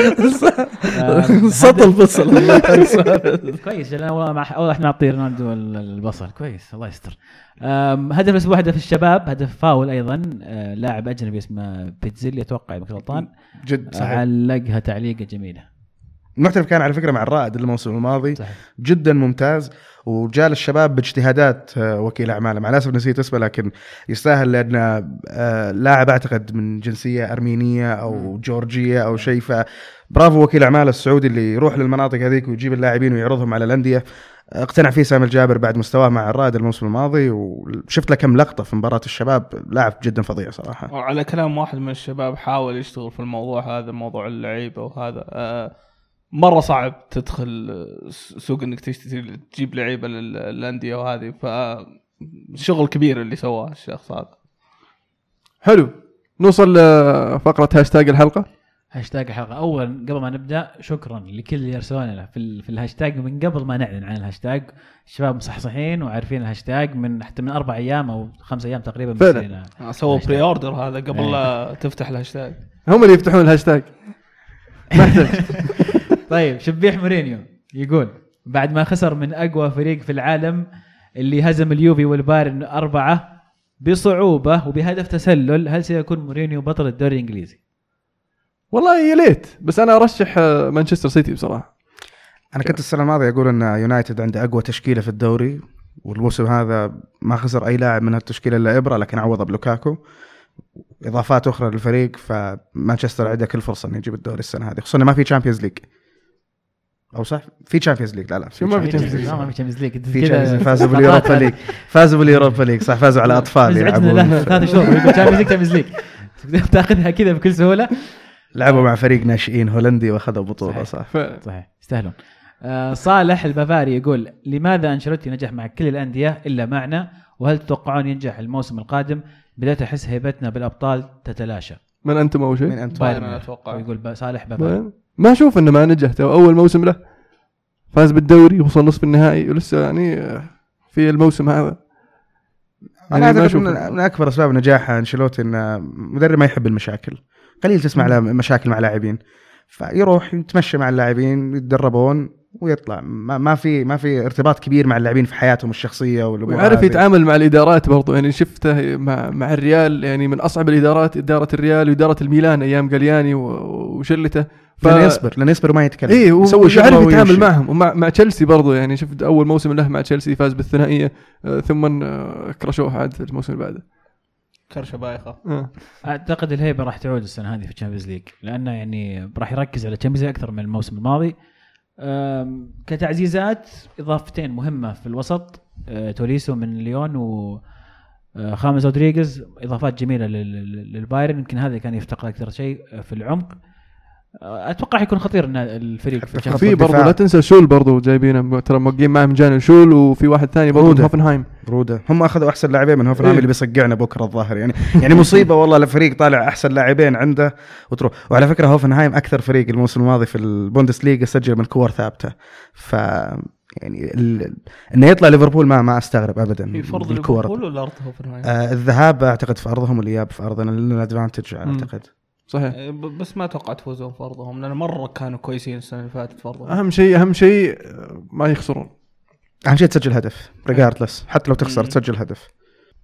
سطل بصل كويس. انا والله احنا نعطي رونالدو البصل كويس الله يستر. هدف الاسبوع هدف الشباب هدف فاول ايضا لاعب اجنبي اسمه بيتزيلي اتوقع مكان غلطان جد صحيح. علقها تعليقه جميله. المحترف كان على فكره مع الرائد الموسم الماضي صحيح. جدا ممتاز وجاء للشباب باجتهادات وكيل اعماله مع الاسف نسيت اسمه لكن يستاهل لان لاعب اعتقد من جنسيه ارمينيه او جورجيه او شيء فبرافو وكيل اعماله السعودي اللي يروح للمناطق هذيك ويجيب اللاعبين ويعرضهم على الانديه. اقتنع فيه سامي الجابر بعد مستواه مع الرائد الموسم الماضي وشفت له كم لقطه في مباراه الشباب لاعب جدا فظيع صراحه. وعلى كلام واحد من الشباب حاول يشتغل في الموضوع هذا موضوع اللعيبه وهذا آه مره صعب تدخل سوق انك تشتري تجيب لعيبه للانديه وهذه فشغل كبير اللي سواه الشخص هذا. حلو نوصل لفقره هاشتاج الحلقه. هاشتاج الحلقه اولا قبل ما نبدا شكرا لكل اللي يرسلونا في في الهاشتاج من قبل ما نعلن عن الهاشتاج. الشباب مصحصحين وعارفين الهاشتاج من حتى من اربع ايام او خمس ايام تقريبا مسوين سووا بري اوردر هذا قبل لا تفتح الهاشتاج. هم اللي يفتحون الهاشتاج ما يحتاج. طيب شبيح مورينيو يقول بعد ما خسر من أقوى فريق في العالم اللي هزم اليوفي والبايرن أربعة بصعوبة وبهدف تسلل هل سيكون مورينيو بطل الدوري الإنجليزي؟ والله يا ليت بس أنا أرشح مانشستر سيتي بصراحة. أنا كنت السنة الماضية أقول أن يونايتد عنده أقوى تشكيلة في الدوري والموسم هذا ما خسر أي لاعب من التشكيلة إلا إبرة لكن عوض بلوكاكو إضافات أخرى للفريق فمانشستر عنده كل فرصة أن يجيب الدوري السنة هذه خصوصا ما في تشامبيونز ليج أو صح في تشامبيونز ليج لا لا في ما في تشامبيونز ليج ما في تشامبيونز ليج في فازوا باليوروبا ليج فازوا باليوروبا ليج صح فازوا على أطفال يلعبون ثلاث شهور يقول تشامبيونز ليج تشامبيونز ليج تاخذها كذا بكل سهولة. لعبوا مع فريق ناشئين هولندي واخذوا بطولة صح صحيح يستاهلون. آه صالح البافاري يقول لماذا أنشيلوتي نجح مع كل الأندية إلا معنا وهل تتوقعون ينجح الموسم القادم؟ بدأت أحس هيبتنا بالأبطال تتلاشى. من أنتم أول شيء؟ من أنتم أنا أتوقع. يقول صالح بافاري ما أشوف إنه ما نجح أول موسم له فاز بالدوري وصل نصف النهائي ولسه يعني في الموسم هذا. أنا يعني أعتقد من, من أكبر أسباب نجاح أنشيلوتي إنه مدرب ما يحب المشاكل قليل تسمع له مشاكل مع لاعبين فيروح يتمشى مع اللاعبين يتدربون ويطلع ما, ما في ما في ارتباط كبير مع اللاعبين في حياتهم الشخصيه والامور ويعرف يتعامل مع الادارات برضو يعني شفته مع مع الريال يعني من اصعب الادارات اداره الريال واداره الميلان ايام جالياني وشلته ف... لن يصبر لن يصبر وما يتكلم ايه ويعرف يتعامل معهم ومع مع تشيلسي برضو يعني شفت اول موسم له مع تشيلسي فاز بالثنائيه ثم كرشوه عاد الموسم اللي بعده كرشه بايخه. اعتقد الهيبه راح تعود السنه هذه في الشامبيونز ليج لانه يعني راح يركز على الشامبيونز اكثر من الموسم الماضي. كتعزيزات اضافتين مهمه في الوسط توليسو من ليون وخامس رودريغيز اضافات جميله للبايرن يمكن هذا كان يفتقر اكثر شيء في العمق. اتوقع يكون خطير ان الفريق في, في برضه لا تنسى شول برضه جايبينه ترى موقعين معه من جانب شول وفي واحد ثاني برضه هوفنهايم رودا هم اخذوا احسن لاعبين من هوفنهايم إيه؟ اللي بيصقعنا بكره الظاهر يعني يعني مصيبه والله الفريق طالع احسن لاعبين عنده وتروح. وعلى فكره هوفنهايم اكثر فريق الموسم الماضي في البوندسليغا سجل من كور ثابته ف يعني ال... انه يطلع ليفربول ما ما استغرب ابدا. في فرض ليفربول ولا ارض هوفنهايم؟ آه الذهاب اعتقد في ارضهم والاياب في ارضنا لنا ادفانتج اعتقد. صحيح بس ما توقعت فوزهم فرضهم لأن مرة كانوا كويسين السنة اللي فاتت فرضهم. أهم شيء أهم شيء ما يخسرون أهم شيء تسجل هدف ريجاردلس حتى لو تخسر تسجل هدف.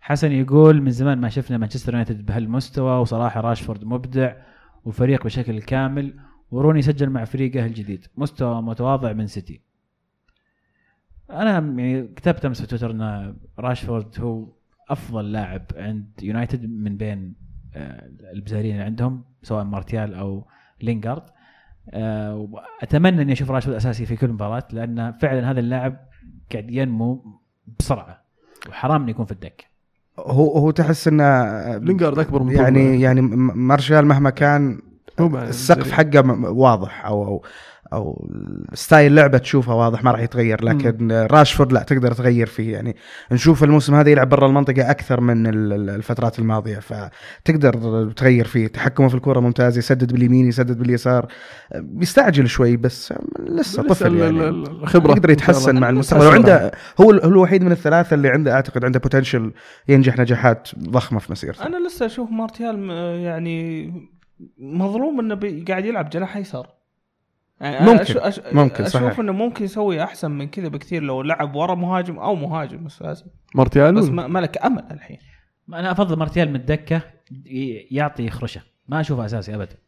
حسن يقول من زمان ما شفنا مانشستر يونايتد بهالمستوى، وصراحة راشفورد مبدع وفريق بشكل كامل، وروني سجل مع فريقه الجديد، مستوى متواضع من سيتي. أنا يعني كتبت أمس في تويتر أن راشفورد هو أفضل لاعب عند يونايتد من بين البزارين اللي عندهم سواء مارتيال أو لينغارد. أتمنى أن أشوف راشفورد أساسي في كل مباراة، لأن فعلا هذا اللاعب قاعد ينمو بسرعة وحرام أن يكون في الدكة. هو هو تحس انه لينغارد اكبر من يعني يعني مارشال مهما كان السقف حقه واضح او او او ستايل لعبه تشوفها واضح ما راح يتغير، لكن م. راشفورد لا تقدر تغير فيه. يعني نشوف الموسم هذا يلعب برا المنطقه اكثر من الفترات الماضيه، فتقدر تغير فيه. تحكمه في الكره ممتاز، يسدد باليمين يسدد باليسار، بيستعجل شوي بس لسه طفل يعني الخبره يقدر يتحسن مع المستقبل. وعنده هو الوحيد من الثلاثه اللي عنده اعتقد عنده بوتنشل ينجح نجاحات ضخمه في مسيرته. انا لسه اشوف مارتيال يعني مظلوم انه قاعد يلعب جناح ايسر. يعني ممكن أش... أش... ممكن اشوف صحيح. انه ممكن يسوي احسن من كذا بكثير لو لعب ورا مهاجم او مهاجم اساسي مارتيال، بس ما لك امل الحين. انا افضل مارتيال من الدكه يعطي خرشه، ما اشوفه اساسي ابدا.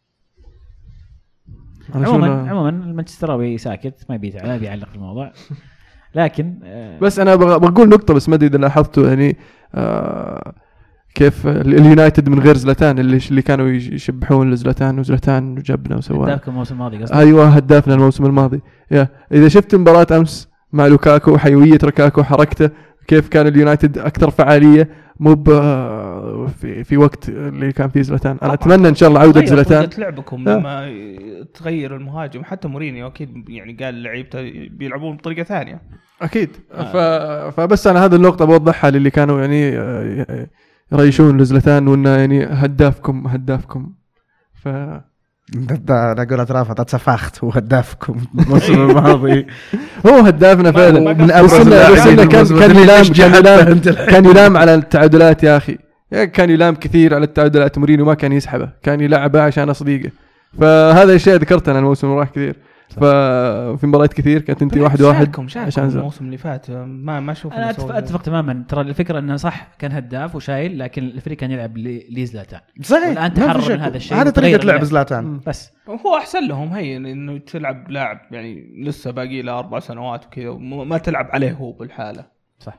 عموما عموما المانشستراوي ساكت ما يبي ما بيعلق في الموضوع، لكن آه بس انا بقول نقطه بس ما ادري اذا لاحظتوا يعني آه كيف اليونايتد من غير زلاتان اللي اللي كانوا يشبحون لزلاتان وزلاتان وجبنا وسوى هدافكم الموسم الماضي قصدي. ايوه هدافنا الموسم الماضي. يا اذا شفت مباراه امس مع لوكاكو وحيويه لوكاكو وحركته كيف كان اليونايتد اكثر فعاليه مو في في وقت اللي كان فيه زلاتان. انا اتمنى ان شاء الله عوده زلاتان. لعبكم لما تغير المهاجم، حتى مورينيو اكيد يعني قال لعيبته بيلعبون بطريقه ثانيه اكيد. آه. فبس انا هذه النقطه بوضحها للي كانوا يعني يريشون لزلتان وانه يعني هدافكم هدافكم. ف ده لا قولت رافض اتسفخت وهدافكم الموسم الماضي هو هدافنا فعلا من أرسلنا كان كان يلام كان يلام كان يلام على التعادلات يا اخي، كان يلام كثير على التعادلات. مورينيو ما كان يسحبه، كان يلعبه عشان صديقه. فهذا الشيء ذكرته انا الموسم راح كثير، ففي مباريات كثير كانت انت واحد واحد عشان الموسم اللي فات ما ما اشوف. انا اتفق, أتفق تماما. ترى الفكره انه صح كان هداف وشايل، لكن الفريق كان يلعب لزلاتان صحيح. والان تحرر من هذا الشيء، هذا طريقه لعب زلاتان بس هو احسن لهم هي انه تلعب لاعب يعني لسه باقي له اربع سنوات وكذا ما تلعب عليه هو بالحاله. صح.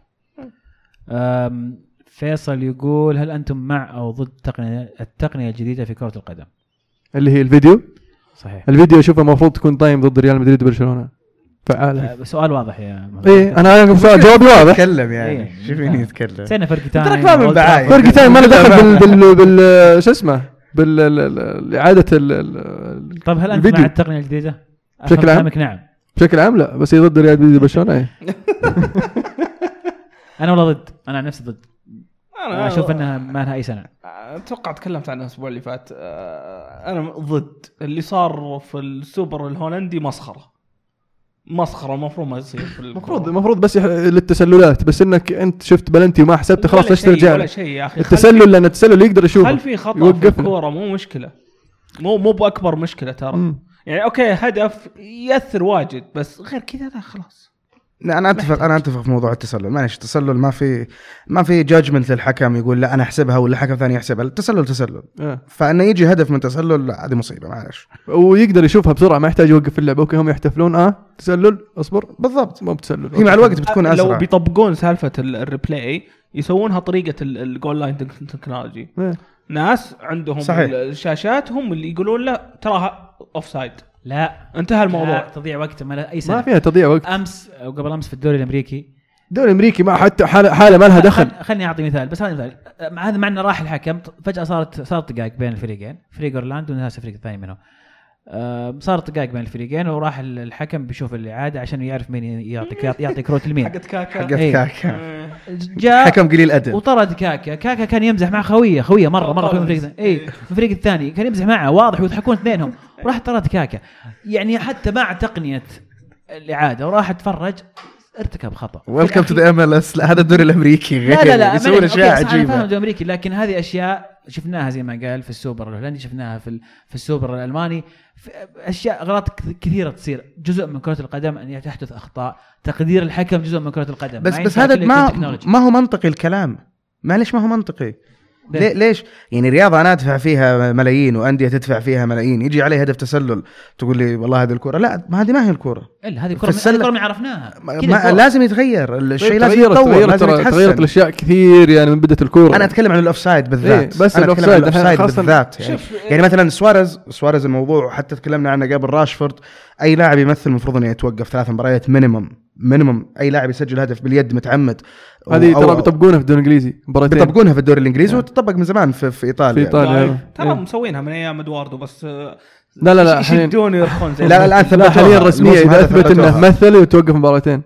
فيصل يقول هل انتم مع او ضد تقنيه التقنيه الجديده في كره القدم اللي هي الفيديو؟ صحيح. الفيديو شوفه المفروض تكون طايم ضد ريال مدريد وبرشلونه فعال. أه سؤال واضح يا ايه انا اعرف سؤال جوابي واضح. تكلم يعني إيه. شوفيني يتكلم سنه فرقتين ترى فاهم بعاي فرقتين ما له دخل بال بال شو اسمه بال اعاده ال. طيب هل انت مع التقنيه الجديده بشكل عام؟ نعم بشكل عام لا، بس هي ضد ريال مدريد وبرشلونه. ايه انا والله ضد، انا عن نفسي ضد. انا اشوف انها ما لها اي سنه. اتوقع تكلمت عنها الاسبوع اللي فات. انا ضد اللي صار في السوبر الهولندي، مسخره مسخره المفروض ما يصير في المفروض المفروض بس للتسللات، بس انك انت شفت بلنتي وما حسبته خلاص ليش ترجع ولا شيء يا اخي. التسلل لان التسلل يقدر يشوفه، هل في خطا في الكوره مو مشكله، مو مو باكبر مشكله ترى. م. يعني اوكي هدف يأثر واجد، بس غير كذا لا خلاص. لا انا اتفق انا اتفق في موضوع التسلل. معلش التسلل ما في ما في جادجمنت للحكم يقول لا انا احسبها ولا حكم ثاني يحسبها. التسلل تسلل أه. فانه يجي هدف من تسلل هذه مصيبه معلش. ويقدر يشوفها بسرعه ما يحتاج يوقف اللعبه. اوكي هم يحتفلون اه تسلل اصبر بالضبط مو بتسلل. هي مع الوقت بتكون اسرع. لو بيطبقون سالفه الريبلاي يسوونها طريقه الجول لاين تكنولوجي. أه. ناس عندهم صحيح. الشاشات هم اللي يقولون لا تراها اوف سايد. لا انتهى الموضوع. لا تضيع وقت ما لا اي سنة. ما فيها تضيع وقت. امس او قبل امس في الدوري الامريكي الدوري الامريكي ما حتى حاله حاله ما لها دخل. خليني اعطي مثال بس. هذا مثال مع هذا معنا راح الحكم فجاه صارت صارت دقائق بين الفريقين، فريق اورلاندو وناس الفريق الثاني منهم. صارت دقائق بين الفريقين وراح الحكم بيشوف الاعاده عشان يعرف مين يعطيك يعطي كروت المين حقت كاكا حقت كاكا. جاء حكم قليل ادب وطرد كاكا. كاكا كان يمزح مع خويه خويه مره مره في الفريق اي الفريق الثاني كان يمزح معه واضح ويضحكون اثنينهم. وراح طرد كاكا. يعني حتى مع تقنيه الاعاده وراح اتفرج ارتكب خطا. ويلكم تو ذا ام ال اس. هذا الدوري الامريكي غير لا لا لا يسوون اشياء عجيبه. انا فاهم الدوري الامريكي لكن هذه اشياء شفناها زي ما قال في السوبر الهولندي، شفناها في في السوبر الالماني. اشياء غلط كثيره تصير. جزء من كره القدم ان تحدث اخطاء، تقدير الحكم جزء من كره القدم. بس بس هذا ما ما هو منطقي الكلام. معليش ما هو منطقي. ليه ليش يعني رياضة أنا أدفع فيها ملايين وأندية تدفع فيها ملايين يجي عليه هدف تسلل تقول لي والله هذه الكرة؟ لا ما هذه ما هي الكرة. إلا هذه الكرة هذه الكرة ما عرفناها. ما لازم يتغير الشيء، لازم تغيرت يتطور، تغيرت لازم يتحسن. تغيرت الأشياء كثير يعني من بداية الكرة. أنا أتكلم عن الأوفسايد بالذات. إيه بس أنا أتكلم عن الأوفسايد بالذات يعني. يعني مثلا سواريز سواريز الموضوع حتى تكلمنا عنه قبل راشفورد. أي لاعب يمثل المفروض إنه يتوقف ثلاث مباريات مينيمم مينيمم. أي لاعب يسجل هدف باليد متعمد هذه ترى بيطبقونها في الدوري الانجليزي مباراتين، بيطبقونها في الدوري الانجليزي وتطبق من زمان في, في ايطاليا. في ايطاليا ترى مسوينها من ايام ادواردو بس. لا لا لا يشدون يرخون لا لا الان ثبتوا حاليا رسميا اذا اثبت انه مثل وتوقف مباراتين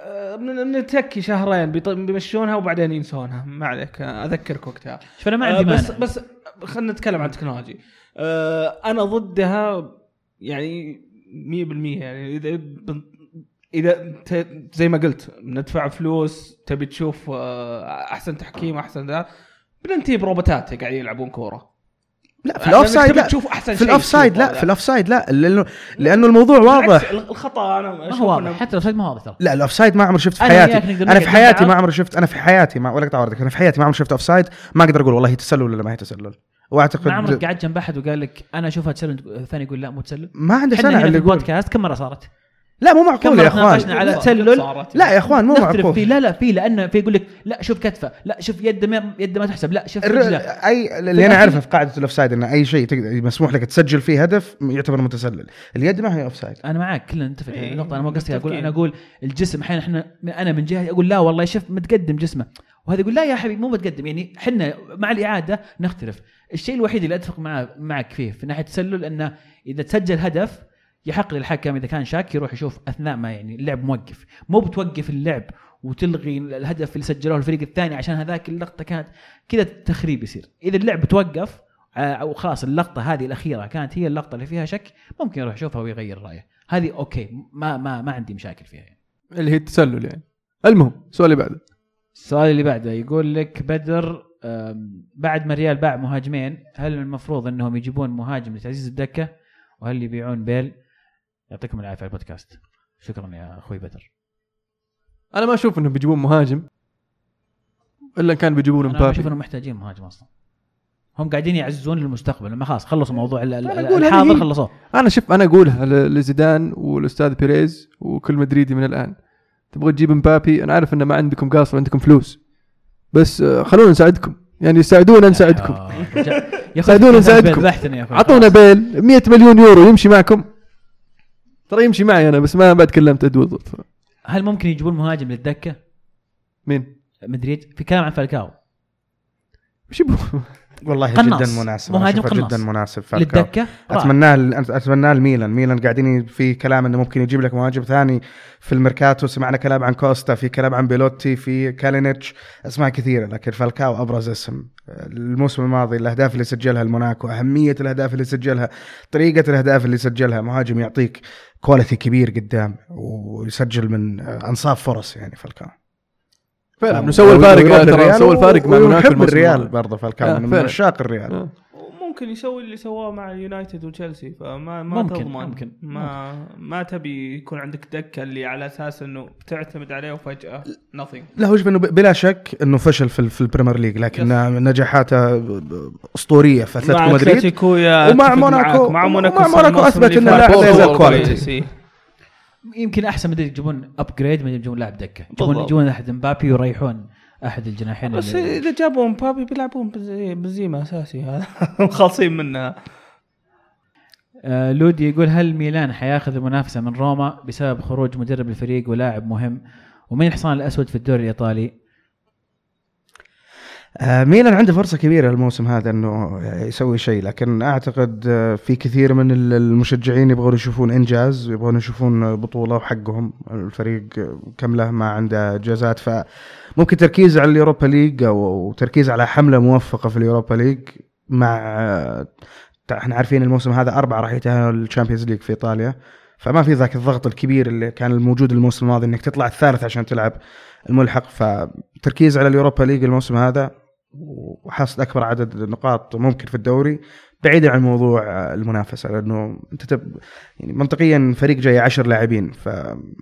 من التكي شهرين بيمشونها وبعدين ينسونها. ما عليك اذكرك وقتها. شوف انا ما عندي بس مانع. بس خلينا نتكلم عن التكنولوجي. انا ضدها يعني مية بالمية. يعني اذا إذا زي ما قلت ندفع فلوس تبي تشوف أحسن تحكيم أحسن ذا بننتهي بروبوتات قاعدين يلعبون كورة. لا في الأوفسايد لا تشوف أحسن في الأوفسايد لا في الأوفسايد لا لأنه لأنه الموضوع واضح. الخطأ أنا ما هو واضح حتى الأوفسايد ما واضح ترى. لا الأوفسايد ما عمري شفت في حياتي. أنا في حياتي ما عمري شفت أنا في حياتي ما ولا تعورتك أنا في حياتي ما عمري شفت أوفسايد. ما أقدر أقول والله تسلل ولا ما هي تسلل. واعتقد ما عمرك قاعد جنب أحد وقال لك أنا أشوفها تسلل الثاني يقول لا مو تسلل. ما عنده سنة اللي البودكاست كم مرة صارت؟ لا مو معقول يا اخوان. على تسلل لا يا اخوان مو معقول. في لا لا في لانه في يقول لك لا شوف كتفه لا شوف يد ما يد ما تحسب لا شوف رجله. اي اللي انا اعرفه في قاعده الاوفسايد ان اي شيء تقدر مسموح لك تسجل فيه هدف يعتبر متسلل. اليد ما هي اوفسايد. انا معك كلنا نتفق على النقطه. انا ما قصدي اقول انا اقول الجسم احيانا احنا انا من جهه اقول لا والله شوف متقدم جسمه وهذا يقول لا يا حبيبي مو متقدم. يعني احنا مع الاعاده نختلف. الشيء الوحيد اللي اتفق معه معك فيه في ناحيه التسلل انه اذا تسجل هدف يحق للحكم إذا كان شاك يروح يشوف أثناء ما يعني اللعب موقف. مو بتوقف اللعب وتلغي الهدف اللي سجلوه الفريق الثاني عشان هذاك اللقطة كانت كذا تخريب يصير. إذا اللعب توقف أو خلاص اللقطة هذه الأخيرة كانت هي اللقطة اللي فيها شك ممكن يروح يشوفها ويغير رأيه. هذه أوكي ما ما ما عندي مشاكل فيها يعني. اللي هي التسلل يعني. المهم السؤال اللي بعده السؤال اللي بعده يقول لك بدر بعد ما ريال باع مهاجمين هل المفروض أنهم يجيبون مهاجم لتعزيز الدكة وهل يبيعون بيل؟ يعطيكم العافية على البودكاست. شكرا يا أخوي بدر. أنا ما أشوف إنهم بيجيبون مهاجم إلا كان بيجيبون مبابي. أنا أشوف إنهم محتاجين مهاجم أصلا. هم قاعدين يعززون للمستقبل لما خلاص خلصوا موضوع الحاضر خلصوه. أنا شوف أنا أقولها لزيدان والأستاذ بيريز وكل مدريدي من الآن تبغى تجيب مبابي. أنا عارف إن ما عندكم قاصر عندكم فلوس بس خلونا نساعدكم يعني ساعدونا نساعدكم ساعدونا نساعدكم عطونا بيل مية مليون يورو يمشي معكم. ترى يمشي معي أنا بس ما بعد كلمت أدوض. هل ممكن يجيبون مهاجم للدكة؟ مين؟ مدريد في كلام عن فالكاو. وش يبغى؟ والله جدا مناسب. مهاجم جدا مناسب فالكاو. للدكة. أتمناه أتمناه الميلان. ميلان قاعدين في كلام إنه ممكن يجيب لك مهاجم ثاني في الميركاتو. سمعنا كلام عن كوستا في كلام عن بيلوتي في كالينيتش أسماء كثيرة لكن فالكاو أبرز اسم. الموسم الماضي الأهداف اللي سجلها الموناكو أهمية الأهداف اللي سجلها طريقة الأهداف اللي سجلها مهاجم يعطيك كواليتي كبير قدام ويسجل من أنصاف فرص يعني فالكاو فعلا نسوي الفارق ترى نسوي الفارق مع موناكو الريال برضه فالكاو من عشاق الريال. ممكن يسوي اللي سواه مع اليونايتد وتشيلسي فما ما ممكن تضمن ممكن ما ممكن. ما تبي يكون عندك دكة اللي على أساس إنه بتعتمد عليه وفجأة nothing. لا هو إنه بلا شك إنه فشل في في البريمير ليج لكن نجاحاته أسطورية في أتلتيكو مدريد ومع موناكو مع موناكو مع موناكو أثبت إنه لاعب يزال كواليتي. يمكن أحسن مدريد يجيبون أبجريد من يجيبون لاعب دكة يجيبون يجيبون أحد مبابي ويريحون أحد الجناحين. بس إذا جابوا مبابي بيلعبون بنزيما أساسي هذا خالصين منها. آه لودي يقول هل ميلان حياخذ المنافسة من روما بسبب خروج مدرب الفريق ولاعب مهم ومن الحصان الأسود في الدوري الإيطالي؟ آه ميلان عنده فرصة كبيرة الموسم هذا إنه يسوي شيء لكن أعتقد في كثير من المشجعين يبغون يشوفون إنجاز يبغون يشوفون بطولة وحقهم. الفريق كم له ما عنده جازات فممكن تركيز على اليوروبا ليج أو تركيز على حملة موفقة في اليوروبا ليج مع احنا عارفين الموسم هذا أربعة راح يتأهلوا للشامبيونز ليج في إيطاليا فما في ذاك الضغط الكبير اللي كان الموجود الموسم الماضي إنك تطلع الثالث عشان تلعب الملحق. فتركيز على اليوروبا ليج الموسم هذا وحصد أكبر عدد نقاط ممكن في الدوري بعيدا عن موضوع المنافسة لأنه أنت تب يعني منطقيا فريق جاي عشر لاعبين ف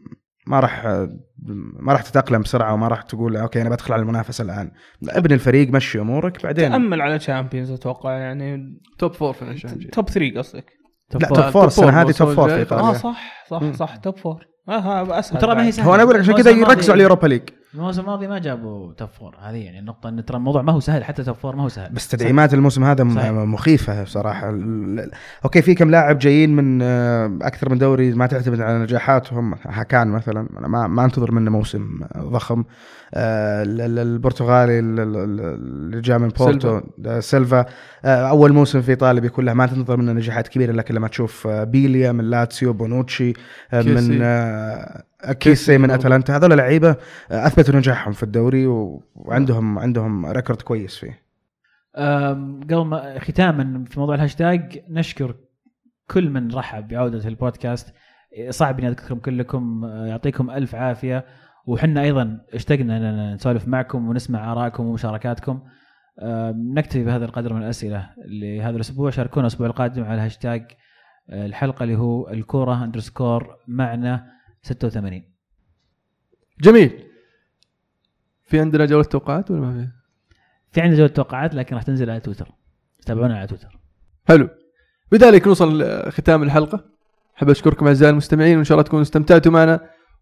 ما راح ما راح تتأقلم بسرعة وما راح تقول أوكي أنا بدخل على المنافسة الآن. ابني الفريق مشي أمورك بعدين تأمل على تشامبيونز أتوقع يعني توب فور في توب ثري قصدك. لا توب فور السنة هذه توب فور في إيطاليا. آه صح صح صح توب فور. آه أسهل. ترى ما هي سهل. هو أنا أقول لك عشان كذا يركزوا على اليوروبا ليج. الموسم الماضي ما جابوا توب فور، هذه يعني النقطة إن ترى الموضوع ما هو سهل، حتى توب فور ما هو سهل. بس تدعيمات الموسم هذا صحيح. مخيفة صراحة. أوكي في كم لاعب جايين من أكثر من دوري ما تعتمد على نجاحاتهم. هاكان مثلا أنا ما ما أنتظر منه موسم ضخم. البرتغالي اللي جاء من بورتو سيلفا أول موسم في إيطاليا بيكون له ما تنتظر منه نجاحات كبيرة، لكن لما تشوف بيليا من لاتسيو، بونوتشي من كيسي من أتلانتا، هذول لعيبة أثبتوا نجاحهم في الدوري وعندهم عندهم ريكورد كويس فيه. قبل ما ختاما في موضوع الهاشتاج، نشكر كل من رحب بعودة البودكاست. صعب اني اذكركم كلكم، يعطيكم الف عافيه. وحنا ايضا اشتقنا ان نسولف معكم ونسمع ارائكم ومشاركاتكم. نكتفي بهذا القدر من الاسئله لهذا الاسبوع. شاركونا الاسبوع القادم على الهاشتاج الحلقه اللي هو الكوره اندرسكور معنا ستة وثمانين. جميل. في عندنا جوله توقعات ولا ما في؟ في عندنا جوله توقعات لكن راح تنزل على تويتر، تابعونا على تويتر. حلو. بذلك نوصل ختام الحلقه. أحب أشكركم أعزائي المستمعين وإن شاء الله تكونوا استمتعتوا معنا.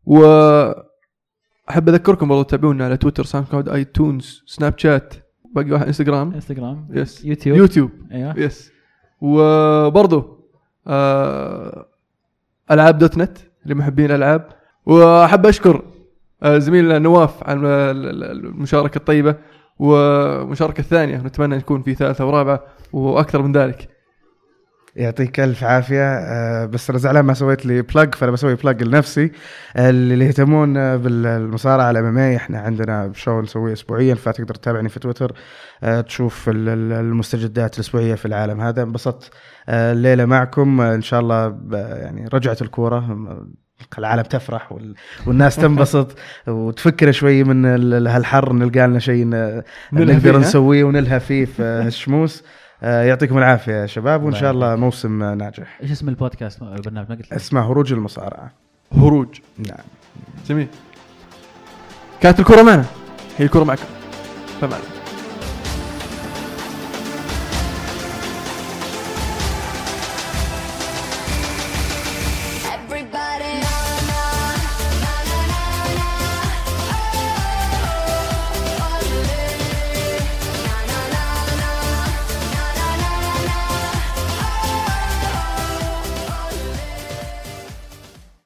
وأحب أذكركم برضو تتابعونا على تويتر، ساوند كلاود، آي تونز، سناب شات، باقي واحد انستغرام انستغرام يس يوتيوب يوتيوب أيوة. يس. وبرضو آه ألعاب دوت نت لمحبين الألعاب. وأحب أشكر آه زميلنا نواف على المشاركة الطيبة والمشاركة الثانية، نتمنى يكون في ثالثة ورابعة وأكثر من ذلك. يعطيك ألف عافية. أه بس أنا زعلان ما سويت لي بلاج، فأنا بسوي بلاج لنفسي. اللي يهتمون بالمصارعة الأمامية إحنا عندنا شو نسويه أسبوعيا، فتقدر تتابعني في تويتر أه تشوف المستجدات الأسبوعية في العالم هذا. انبسطت أه الليلة معكم إن شاء الله. يعني رجعت الكورة، العالم تفرح والناس تنبسط وتفكر شوي من هالحر، نلقى لنا شيء نقدر نسويه ونلهى فيه في الشموس. يعطيكم العافية يا شباب وإن شاء الله موسم ناجح. إيش اسم البودكاست البرنامج ما قلت؟ اسمه هروج المصارعة. هروج. نعم. جميل. كانت الكرة معنا، هي الكرة معكم. فمعنا.